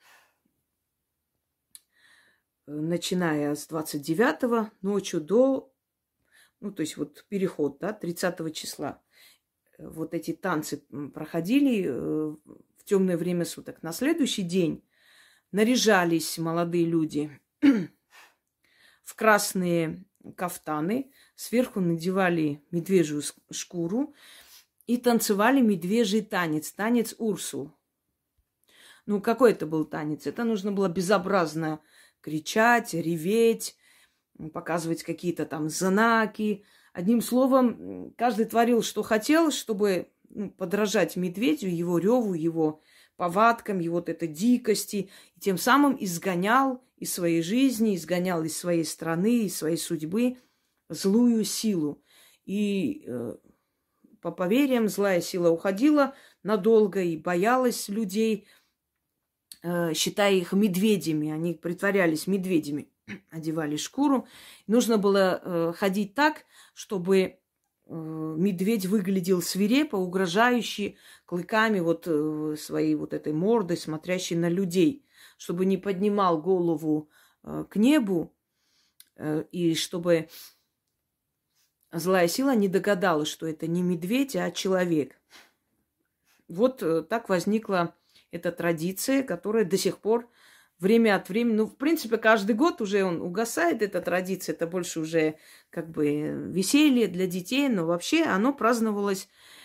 S1: начиная с 29-го, ночью до, то есть вот переход, да, 30 числа. Вот эти танцы проходили в темное время суток. На следующий день наряжались молодые люди в красные кафтаны, сверху надевали медвежью шкуру и танцевали медвежий танец, танец Урсул. Какой это был танец? Это нужно было безобразно кричать, реветь, показывать какие-то там знаки. Одним словом, каждый творил, что хотел, чтобы подражать медведю, его реву, его повадкам, его вот этой дикости. И тем самым изгонял из своей жизни, изгонял из своей страны, из своей судьбы злую силу. И по поверьям, злая сила уходила надолго и боялась людей, считая их медведями. Они притворялись медведями, одевали шкуру. Нужно было ходить так, чтобы медведь выглядел свирепо, угрожающе, клыками своей вот этой мордой, смотрящей на людей, чтобы не поднимал голову к небу, и чтобы злая сила не догадалась, что это не медведь, а человек. Вот так возникла эта традиция, которая до сих пор время от времени, в принципе, каждый год уже он угасает, эта традиция, это больше уже как бы веселье для детей, но вообще оно праздновалось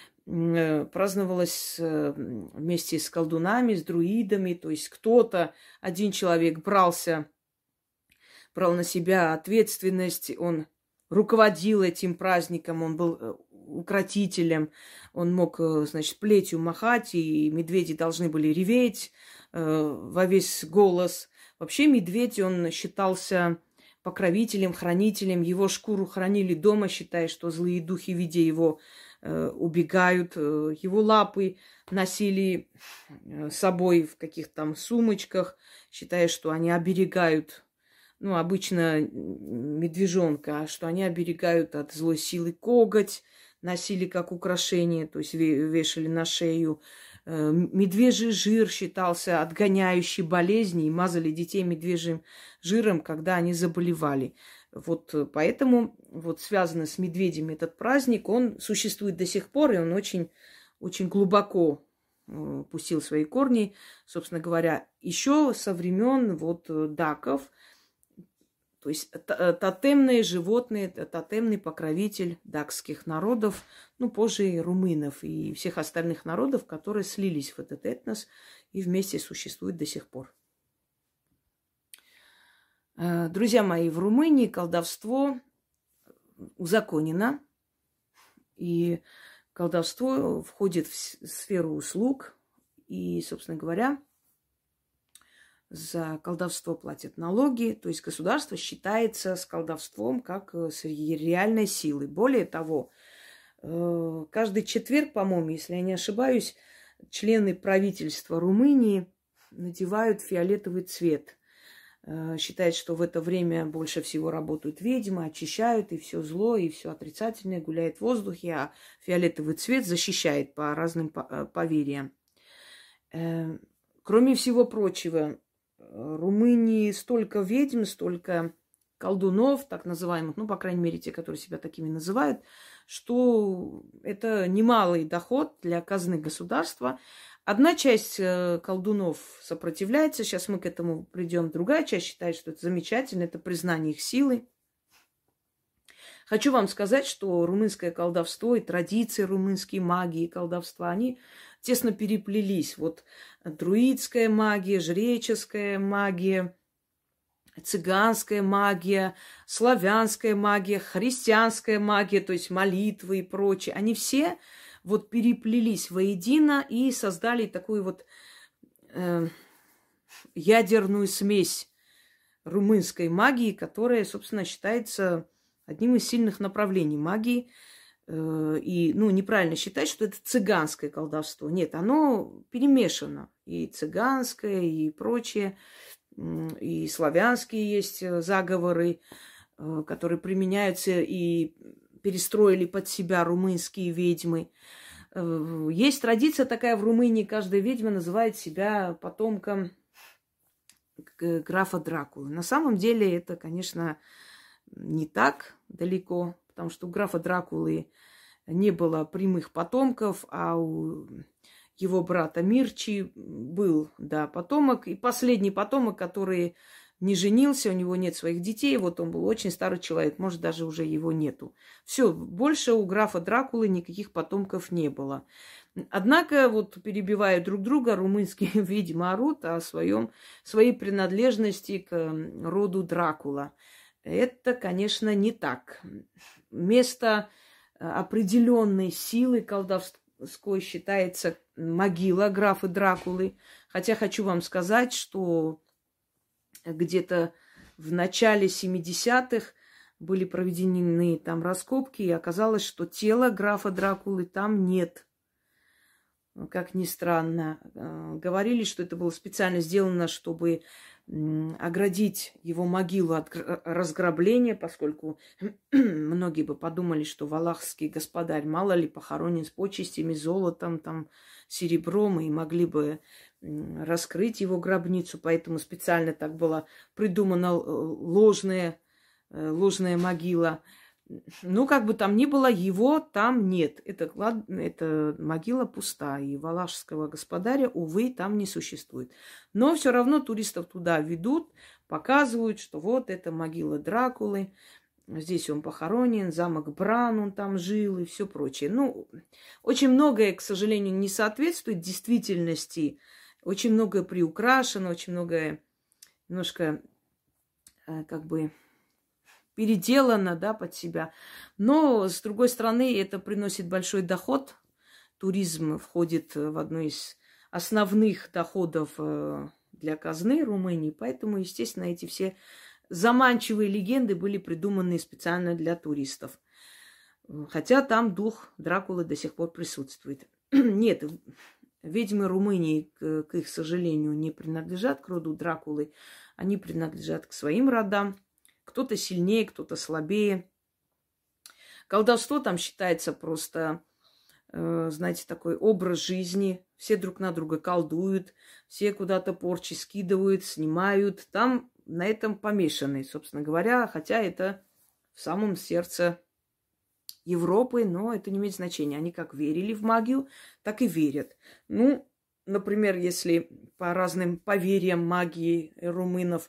S1: вместе с колдунами, с друидами, то есть кто-то, один человек брал на себя ответственность, он руководил этим праздником, он был укротителем, он мог, значит, плетью махать, и медведи должны были реветь во весь голос. Вообще медведь, он считался покровителем, хранителем, его шкуру хранили дома, считая, что злые духи, видя его, убегают. Его лапы носили с собой в каких-то там сумочках, считая, что они оберегают, обычно медвежонка, что они оберегают от злой силы. Коготь носили как украшение, то есть вешали на шею. Медвежий жир считался отгоняющий болезни, и мазали детей медвежьим жиром, когда они заболевали. Вот поэтому связанный с медведями этот праздник, он существует до сих пор, и он очень, очень глубоко пустил свои корни, собственно говоря, еще со времен даков. То есть тотемные животные, тотемный покровитель дакских народов, позже и румынов, и всех остальных народов, которые слились в этот этнос и вместе существуют до сих пор. Друзья мои, в Румынии колдовство узаконено, и колдовство входит в сферу услуг, и, собственно говоря, за колдовство платят налоги, то есть государство считается с колдовством как с реальной силой. Более того, каждый четверг, по-моему, если я не ошибаюсь, члены правительства Румынии надевают фиолетовый цвет. Считают, что в это время больше всего работают ведьмы, очищают, и все зло, и все отрицательное гуляет в воздухе, а фиолетовый цвет защищает по разным поверьям. Кроме всего прочего, в Румынии столько ведьм, столько колдунов, так называемых, по крайней мере, те, которые себя такими называют, что это немалый доход для казны государства. Одна часть колдунов сопротивляется, сейчас мы к этому придем. Другая часть считает, что это замечательно, это признание их силы. Хочу вам сказать, что румынское колдовство и традиции румынской магии и колдовства, они тесно переплелись. Друидская магия, жреческая магия, цыганская магия, славянская магия, христианская магия, то есть молитвы и прочее. Они все переплелись воедино и создали такую ядерную смесь румынской магии, которая, собственно, считается одним из сильных направлений магии. И, неправильно считать, что это цыганское колдовство. Нет, оно перемешано. И цыганское, и прочее. И славянские есть заговоры, которые применяются и перестроили под себя румынские ведьмы. Есть традиция такая в Румынии. Каждая ведьма называет себя потомком графа Дракулы. На самом деле это, конечно, не так далеко, потому что у графа Дракулы не было прямых потомков, а у его брата Мирчи был, потомок. И последний потомок, который не женился, у него нет своих детей, он был очень старый человек, может, даже уже его нету. Все, больше у графа Дракулы никаких потомков не было. Однако, перебивая друг друга, румынские ведьмы орут о своей принадлежности к роду Дракула. Это, конечно, не так. Место определенной силы колдовской считается могила графа Дракулы. Хотя хочу вам сказать, что где-то в начале 70-х были проведены там раскопки, и оказалось, что тела графа Дракулы там нет. Как ни странно. Говорили, что это было специально сделано, чтобы оградить его могилу от разграбления, поскольку многие бы подумали, что валахский господарь мало ли похоронен с почестями, золотом, там, серебром, и могли бы раскрыть его гробницу. Поэтому специально так была придумана ложная могила. Ну, как бы там ни было, его там нет. Эта могила пуста, и валашского господаря, увы, там не существует. Но все равно туристов туда ведут, показывают, что вот это могила Дракулы, здесь он похоронен, замок Бран, он там жил и все прочее. Ну, очень многое, к сожалению, не соответствует действительности, очень многое приукрашено, очень многое немножко как бы переделано, да, под себя. Но, с другой стороны, это приносит большой доход. Туризм входит в одну из основных доходов для казны Румынии. Поэтому, естественно, эти все заманчивые легенды были придуманы специально для туристов. Хотя там дух Дракулы до сих пор присутствует. Нет, ведьмы Румынии, к их сожалению, не принадлежат к роду Дракулы. Они принадлежат к своим родам. Кто-то сильнее, кто-то слабее. Колдовство там считается просто, знаете, такой образ жизни. Все друг на друга колдуют, все куда-то порчи скидывают, снимают. Там на этом помешаны, собственно говоря. Хотя это в самом сердце Европы, но это не имеет значения. Они как верили в магию, так и верят. Ну, например, если по разным поверьям магии румынов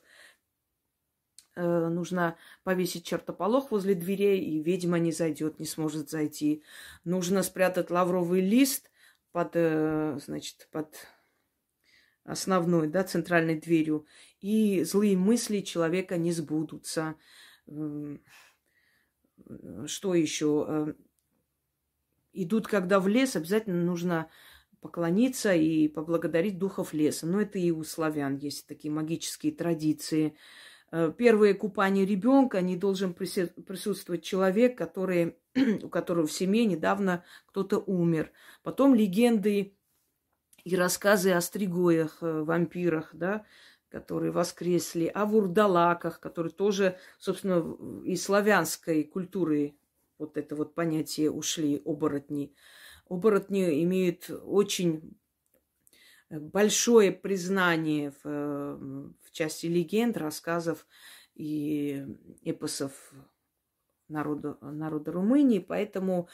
S1: нужно повесить чертополох возле дверей, и ведьма не зайдет, не сможет зайти. Нужно спрятать лавровый лист под основной, да, центральной дверью, и злые мысли человека не сбудутся. Что еще? Идут, когда в лес, обязательно нужно поклониться и поблагодарить духов леса. Но это и у славян есть такие магические традиции. Первое купание ребенка не должен присутствовать человек, у которого в семье недавно кто-то умер. Потом легенды и рассказы о стригоях, вампирах, да, которые воскресли, о вурдалаках, которые тоже, собственно, из славянской культуры вот это вот понятие ушли, оборотни. Оборотни имеют очень большое признание в части легенд, рассказов и эпосов народа Румынии. Поэтому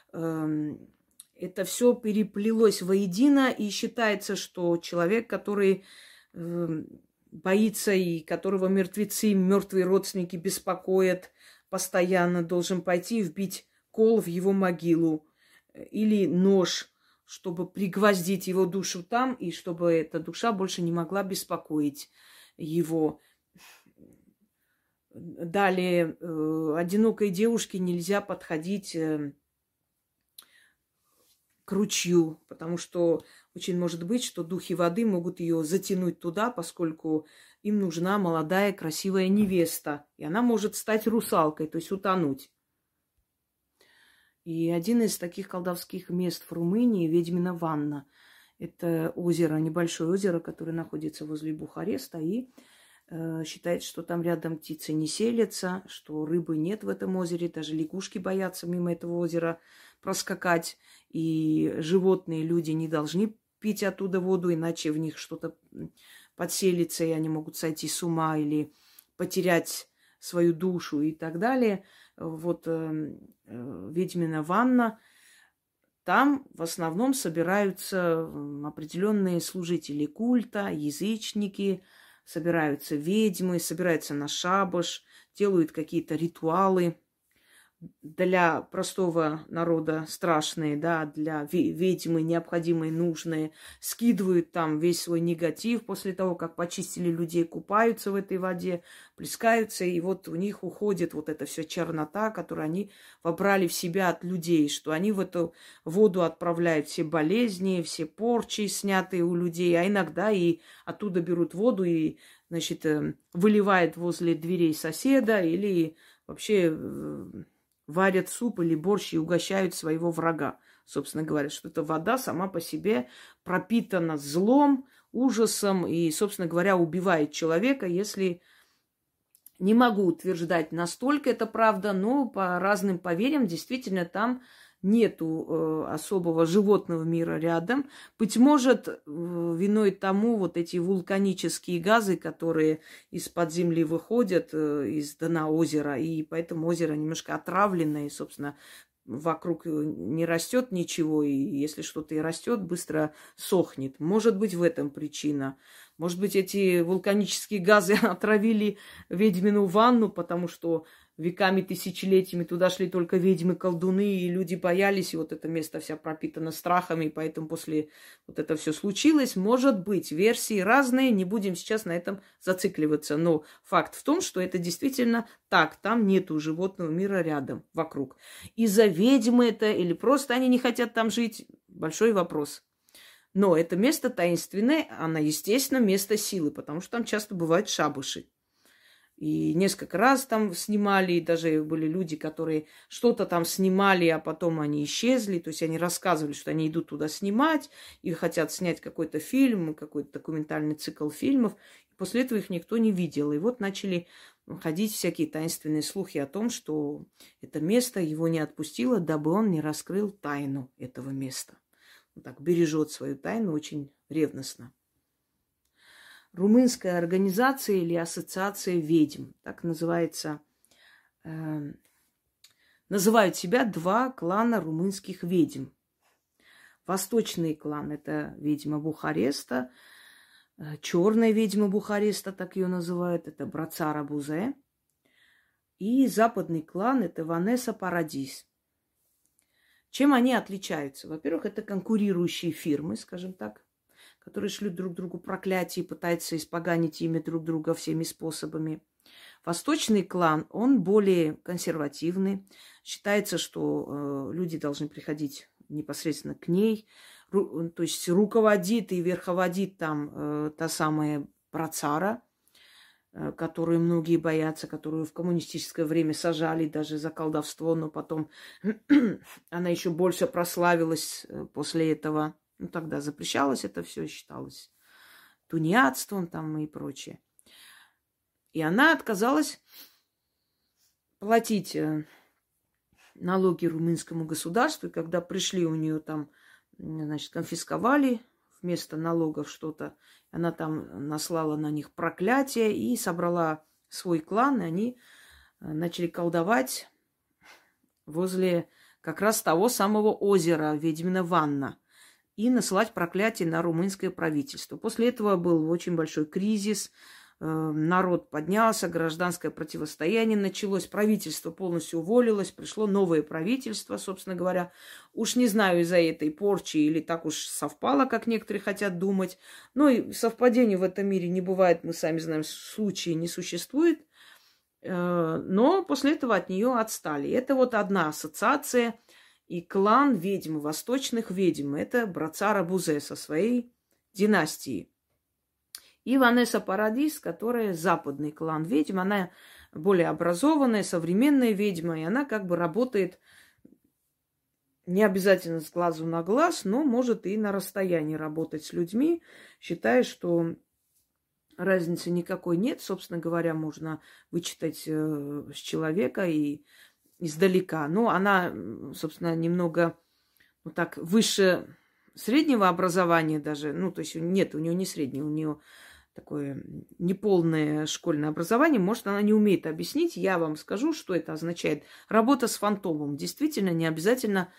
S1: это все переплелось воедино, и считается, что человек, который боится и которого мертвецы, мертвые родственники беспокоят постоянно, должен пойти и вбить кол в его могилу или нож, чтобы пригвоздить его душу там, и чтобы эта душа больше не могла беспокоить его. Далее, одинокой девушке нельзя подходить к ручью, потому что очень может быть, что духи воды могут ее затянуть туда, поскольку им нужна молодая красивая невеста, и она может стать русалкой, то есть утонуть. И один из таких колдовских мест в Румынии – Ведьмина ванна. Это озеро, небольшое озеро, которое находится возле Бухареста, и считается, что там рядом птицы не селятся, что рыбы нет в этом озере, даже лягушки боятся мимо этого озера проскакать, и животные, люди не должны пить оттуда воду, иначе в них что-то подселится, и они могут сойти с ума или потерять свою душу и так далее. Вот ведьмина ванна, там в основном собираются определенные служители культа, язычники, собираются ведьмы, собираются на шабаш, делают какие-то ритуалы. Для простого народа страшные, да, для ведьмы необходимые, нужные, скидывают там весь свой негатив после того, как почистили людей, купаются в этой воде, плескаются, и вот у них уходит вот эта вся чернота, которую они вобрали в себя от людей, что они в эту воду отправляют все болезни, все порчи, снятые у людей, а иногда и оттуда берут воду и, значит, выливают возле дверей соседа или вообще варят суп или борщ и угощают своего врага. Собственно говоря, что эта вода сама по себе пропитана злом, ужасом и, собственно говоря, убивает человека, если... Не могу утверждать, настолько это правда, но по разным поверьям действительно там нету особого животного мира рядом. Быть может, виной тому вот эти вулканические газы, которые из-под земли выходят, из дна озера, и поэтому озеро немножко отравленное, и, собственно, вокруг не растет ничего, и если что-то и растет, быстро сохнет. Может быть, в этом причина. Может быть, эти вулканические газы отравили ведьмину ванну, потому что веками, тысячелетиями туда шли только ведьмы-колдуны, и люди боялись, и вот это место вся пропитано страхами, и поэтому после вот это все случилось. Может быть, версии разные, не будем сейчас на этом зацикливаться, но факт в том, что это действительно так, там нету животного мира рядом, вокруг. Из-за ведьмы это или просто они не хотят там жить, большой вопрос. Но это место таинственное, оно, естественно, место силы, потому что там часто бывают шабаши. И несколько раз там снимали, и даже были люди, которые что-то там снимали, а потом они исчезли. То есть они рассказывали, что они идут туда снимать и хотят снять какой-то фильм, какой-то документальный цикл фильмов. И после этого их никто не видел. И вот начали ходить всякие таинственные слухи о том, что это место его не отпустило, дабы он не раскрыл тайну этого места. Он так бережет свою тайну очень ревностно. Румынская организация или ассоциация ведьм, так называется, называют себя два клана румынских ведьм. Восточный клан – это ведьма Бухареста, черная ведьма Бухареста, так ее называют, это Брацара Бузе. И западный клан – это Ванесса Парадис. Чем они отличаются? Во-первых, это конкурирующие фирмы, скажем так, которые шлют друг другу проклятия и пытаются испоганить имя друг друга всеми способами. Восточный клан, он более консервативный. Считается, что люди должны приходить непосредственно к ней. То есть руководит и верховодит там та самая Брацара, которую многие боятся, которую в коммунистическое время сажали даже за колдовство, но потом она еще больше прославилась после этого. Ну, тогда запрещалось это все, считалось тунеядством там и прочее. И она отказалась платить налоги румынскому государству. И когда пришли у нее там, значит, конфисковали вместо налогов что-то, она там наслала на них проклятие и собрала свой клан, и они начали колдовать возле как раз того самого озера Ведьмина ванна и насылать проклятие на румынское правительство. После этого был очень большой кризис, народ поднялся, гражданское противостояние началось, правительство полностью уволилось, пришло новое правительство, собственно говоря. Уж не знаю, из-за этой порчи или так уж совпало, как некоторые хотят думать. Но и совпадений в этом мире не бывает, мы сами знаем, случаи не существует. Но после этого от нее отстали. Это вот одна ассоциация и клан ведьм, восточных ведьм. Это Брацара Бузе со своей династией. И Ванесса Парадис, которая западный клан ведьм, она более образованная, современная ведьма, и она как бы работает не обязательно с глазу на глаз, но может и на расстоянии работать с людьми, считая, что разницы никакой нет. Собственно говоря, можно вычитать с человека и издалека. Но она, собственно, немного так выше среднего образования даже. Ну, то есть нет, у нее не среднее, у нее такое неполное школьное образование. Может, она не умеет объяснить. Я вам скажу, что это означает. Работа с фантомом. Действительно, не обязательно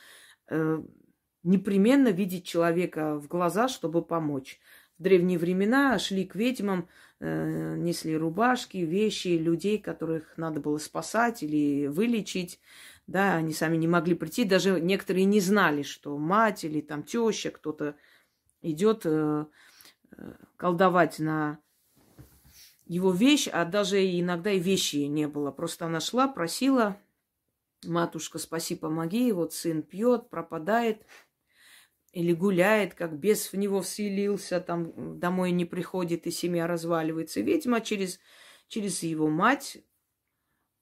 S1: непременно видеть человека в глаза, чтобы помочь. В древние времена шли к ведьмам, несли рубашки, вещи людей, которых надо было спасать или вылечить. Да, они сами не могли прийти. Даже некоторые не знали, что мать или там теща, кто-то идет колдовать на его вещь, а даже иногда и вещи не было. Просто она шла, просила: матушка, спаси, помоги. И вот сын пьет, пропадает или гуляет, как бес в него вселился, там домой не приходит, и семья разваливается. И ведьма через его мать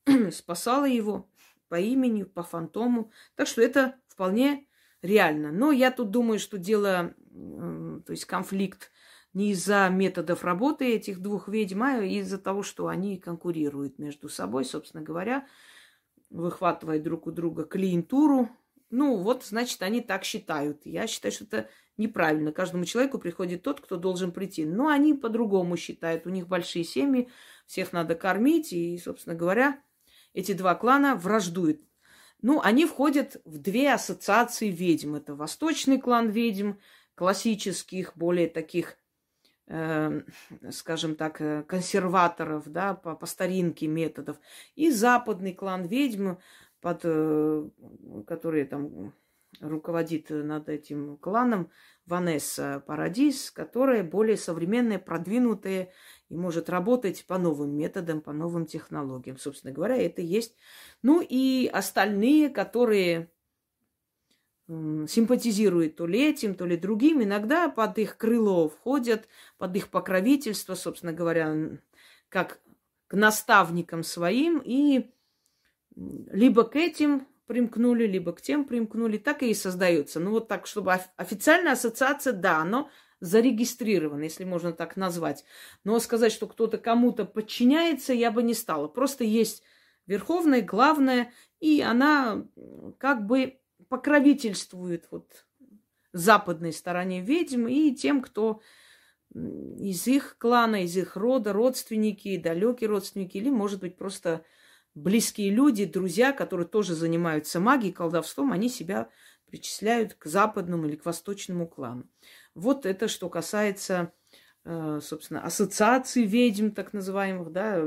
S1: спасала его по имени, по фантому. Так что это вполне реально. Но я тут думаю, что дело, то есть конфликт не из-за методов работы этих двух ведьм, а из-за того, что они конкурируют между собой, собственно говоря, выхватывая друг у друга клиентуру. Ну, вот, значит, они так считают. Я считаю, что это неправильно. Каждому человеку приходит тот, кто должен прийти. Но они по-другому считают. У них большие семьи, всех надо кормить. И, собственно говоря, эти два клана враждуют. Ну, они входят в две ассоциации ведьм. Это восточный клан ведьм, классических, более таких, скажем так, консерваторов, да, по старинке методов. И западный клан ведьм, который там руководит над этим кланом Ванесса Парадис, которая более современная, продвинутая и может работать по новым методам, по новым технологиям. Собственно говоря, это есть. Ну и остальные, которые симпатизируют то ли этим, то ли другим, иногда под их крыло входят, под их покровительство, собственно говоря, как к наставникам своим, и либо к этим примкнули, либо к тем примкнули, так и создается. Ну вот так, чтобы официальная ассоциация, да, оно зарегистрировано, если можно так назвать. Но сказать, что кто-то кому-то подчиняется, я бы не стала. Просто есть верховная, главная, и она как бы покровительствует вот западной стороне ведьм и тем, кто из их клана, из их рода, родственники, далекие родственники, или, может быть, просто близкие люди, друзья, которые тоже занимаются магией, колдовством, они себя причисляют к западному или к восточному клану. Вот это что касается, собственно, ассоциаций ведьм, так называемых, да,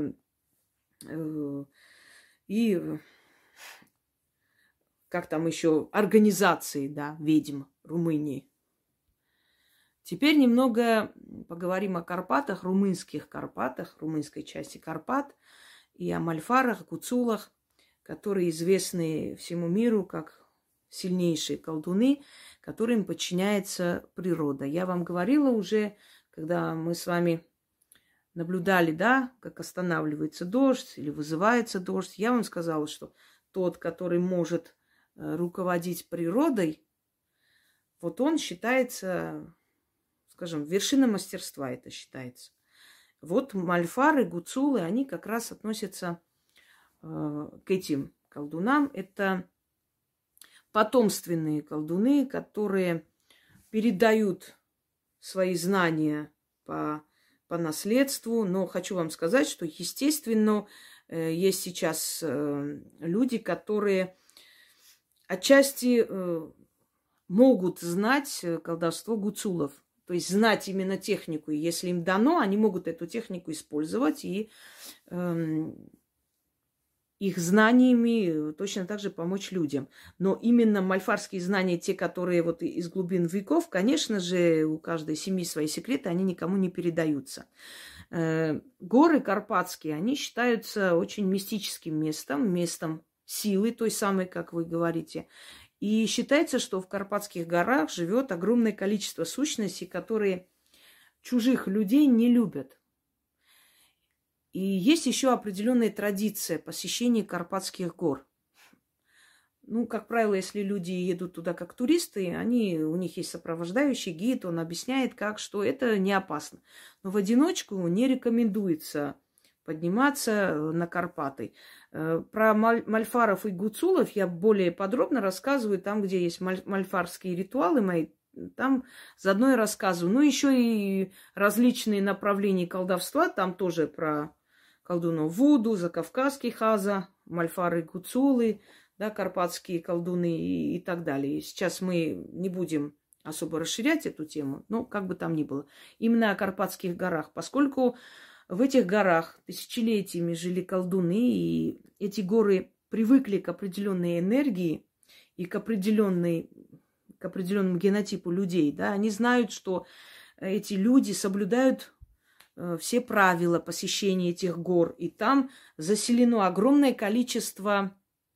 S1: и как там еще, организации, да, ведьм Румынии. Теперь немного поговорим о Карпатах, румынских Карпатах, румынской части Карпат, и о мальфарах, гуцулах, которые известны всему миру как сильнейшие колдуны, которым подчиняется природа. Я вам говорила уже, когда мы с вами наблюдали, да, как останавливается дождь или вызывается дождь, я вам сказала, что тот, который может руководить природой, вот он считается, скажем, вершина мастерства это считается. Вот мальфары, гуцулы, они как раз относятся к этим колдунам. Это потомственные колдуны, которые передают свои знания по наследству. Но хочу вам сказать, что, естественно, есть сейчас люди, которые отчасти могут знать колдовство гуцулов. То есть знать именно технику. И если им дано, они могут эту технику использовать. И их знаниями точно так же помочь людям. Но именно мальфарские знания, те, которые вот из глубин веков, конечно же, у каждой семьи свои секреты, они никому не передаются. Горы Карпатские, они считаются очень мистическим местом, местом силы, той самой, как вы говорите. И считается, что в Карпатских горах живет огромное количество сущностей, которые чужих людей не любят. И есть еще определенная традиция посещения Карпатских гор. Ну, как правило, если люди едут туда как туристы, у них есть сопровождающий гид, он объясняет, как, что это не опасно. Но в одиночку не рекомендуется подниматься на Карпаты. Про мальфаров и гуцулов я более подробно рассказываю там, где есть мальфарские ритуалы мои. Там заодно и рассказываю. Ну, еще и различные направления колдовства. Там тоже про колдунов Вуду, закавказский хаза, мальфары, гуцулы, да, карпатские колдуны и так далее. И сейчас мы не будем особо расширять эту тему, но как бы там ни было. Именно о Карпатских горах, поскольку в этих горах тысячелетиями жили колдуны, и эти горы привыкли к определенной энергии и к определенному генотипу людей. Да? Они знают, что эти люди соблюдают все правила посещения этих гор. И там заселено огромное количество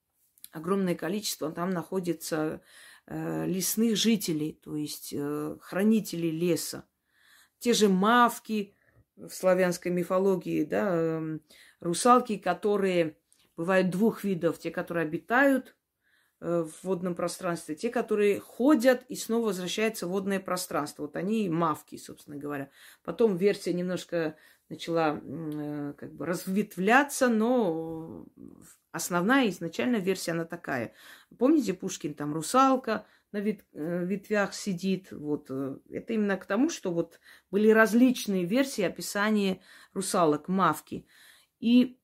S1: там находится лесных жителей, то есть хранителей леса. Те же мавки в славянской мифологии, да, русалки, которые бывают двух видов. Те, которые обитают в водном пространстве, те, которые ходят и снова возвращаются в водное пространство. Вот они и мавки, собственно говоря. Потом версия немножко начала как бы разветвляться, но основная изначальная версия, она такая. Помните, Пушкин там русалка на ветвях сидит. Вот это именно к тому, что вот были различные версии описания русалок, мавки. И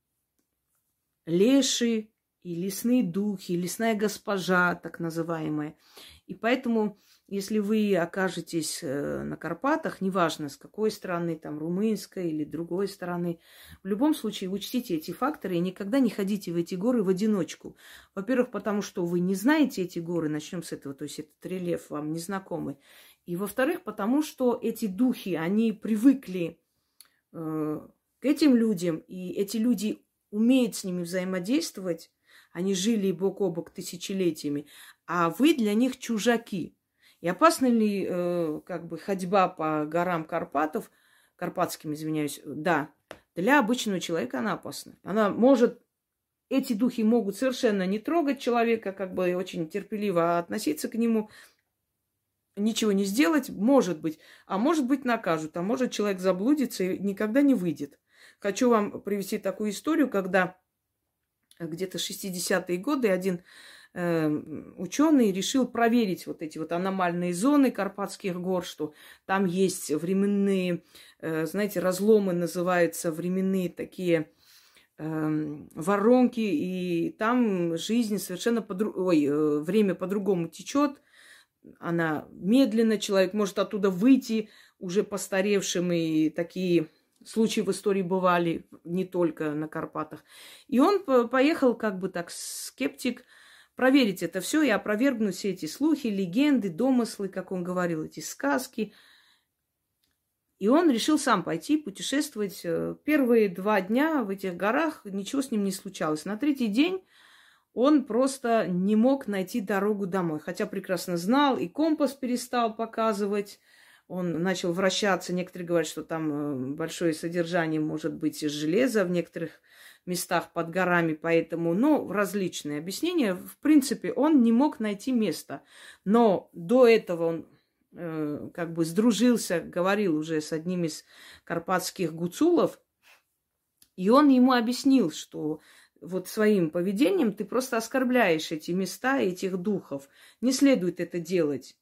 S1: леши, и лесные духи, и лесная госпожа, так называемая. И поэтому, если вы окажетесь на Карпатах, неважно с какой стороны, там, румынской или другой стороны, в любом случае учтите эти факторы и никогда не ходите в эти горы в одиночку. Во-первых, потому что вы не знаете эти горы, начнем с этого, то есть этот рельеф вам незнакомый. И во-вторых, потому что эти духи, они привыкли к этим людям, и эти люди умеют с ними взаимодействовать. Они жили бок о бок тысячелетиями, а вы для них чужаки. И опасна ли как бы ходьба по горам Карпатов, карпатским, извиняюсь, да, для обычного человека она опасна. Она может, эти духи могут совершенно не трогать человека, как бы очень терпеливо относиться к нему, ничего не сделать, может быть, а может быть накажут, а может человек заблудится и никогда не выйдет. Хочу вам привести такую историю, когда где-то 60-е годы один ученый решил проверить вот эти вот аномальные зоны Карпатских гор, что там есть временные, знаете, разломы называются, временные такие воронки, и там жизнь совершенно время по-другому течет, она медленно, человек может оттуда выйти уже постаревшим, и такие случаи в истории бывали не только на Карпатах. И он поехал, как бы так, скептик, проверить это все и опровергнуть все эти слухи, легенды, домыслы, как он говорил, эти сказки. И он решил сам пойти путешествовать. Первые 2 дня в этих горах ничего с ним не случалось. На 3-й день он просто не мог найти дорогу домой. Хотя прекрасно знал, и компас перестал показывать. Он начал вращаться. Некоторые говорят, что там большое содержание может быть железа в некоторых местах под горами, поэтому, ну, различные объяснения. В принципе, он не мог найти место. Но до этого он как бы сдружился, говорил уже с одним из карпатских гуцулов, и он ему объяснил, что вот своим поведением ты просто оскорбляешь эти места, этих духов. Не следует это делать.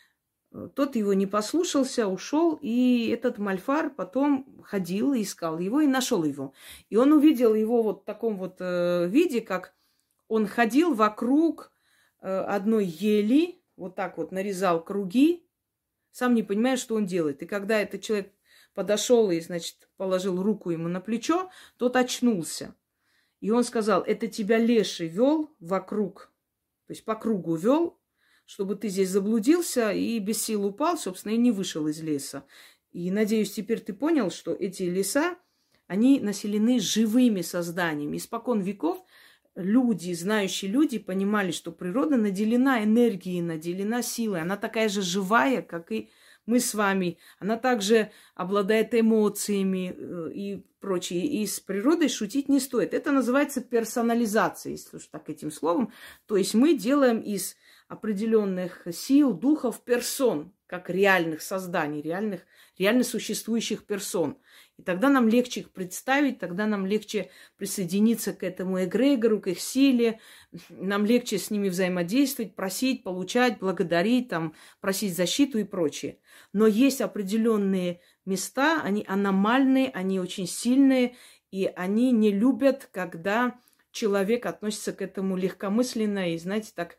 S1: Тот его не послушался, ушел, и этот Мальфар потом ходил и искал его, и нашел его. И он увидел его вот в таком вот виде, как он ходил вокруг одной ели, вот так вот нарезал круги, сам не понимая, что он делает. И когда этот человек подошел и, значит, положил руку ему на плечо, тот очнулся. И он сказал: это тебя леший вел вокруг, то есть по кругу вел, чтобы ты здесь заблудился и без сил упал, собственно, и не вышел из леса. И, надеюсь, теперь ты понял, что эти леса, они населены живыми созданиями. Испокон веков люди, знающие люди, понимали, что природа наделена энергией, наделена силой. Она такая же живая, как и мы с вами. Она также обладает эмоциями и прочее. И с природой шутить не стоит. Это называется персонализация, если уж так этим словом. То есть мы делаем из определенных сил, духов, персон, как реальных созданий, реально существующих персон. И тогда нам легче их представить, тогда нам легче присоединиться к этому эгрегору, к их силе, нам легче с ними взаимодействовать, просить, получать, благодарить, там, просить защиту и прочее. Но есть определенные места, они аномальные, они очень сильные, и они не любят, когда человек относится к этому легкомысленно и, знаете, так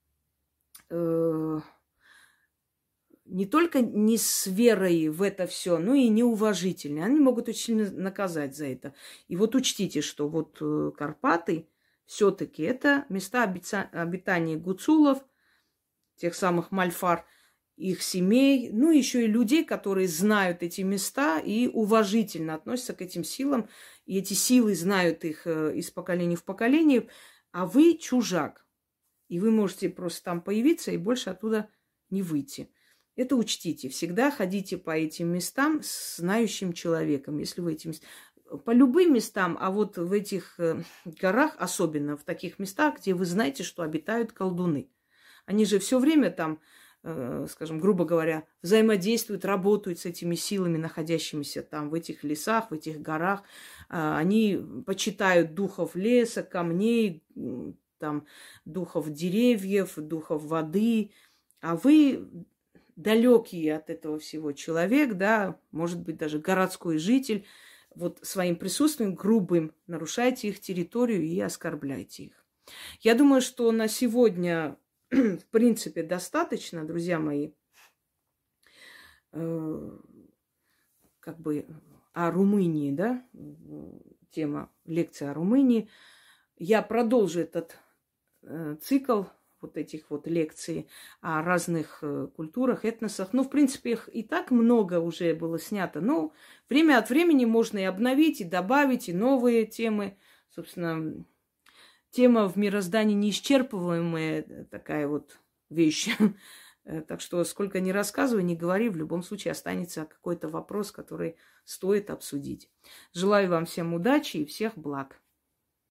S1: не только не с верой в это все, но и неуважительны. Они могут очень сильно наказать за это. И вот учтите, что вот Карпаты все-таки это места обитания гуцулов, тех самых Мальфар, их семей, ну еще и людей, которые знают эти места и уважительно относятся к этим силам. И эти силы знают их из поколения в поколение, а вы чужак. И вы можете просто там появиться и больше оттуда не выйти. Это учтите. Всегда ходите по этим местам с знающим человеком. Если вы по любым местам, а вот в этих горах, особенно в таких местах, где вы знаете, что обитают колдуны. Они же все время там, скажем, грубо говоря, взаимодействуют, работают с этими силами, находящимися там в этих лесах, в этих горах. Они почитают духов леса, камней, там, духов деревьев, духов воды. А вы далекий от этого всего человек, да, может быть, даже городской житель, вот своим присутствием грубым нарушаете их территорию и оскорбляете их. Я думаю, что на сегодня, в принципе, достаточно, друзья мои, как бы о Румынии, да, тема лекции о Румынии. Я продолжу этот цикл вот этих вот лекций о разных культурах, этносах. Ну, в принципе, их и так много уже было снято. Но время от времени можно и обновить, и добавить, и новые темы. Собственно, тема в мироздании неисчерпываемая такая вот вещь. Так что сколько ни рассказывай, ни говори, в любом случае останется какой-то вопрос, который стоит обсудить. Желаю вам всем удачи и всех благ.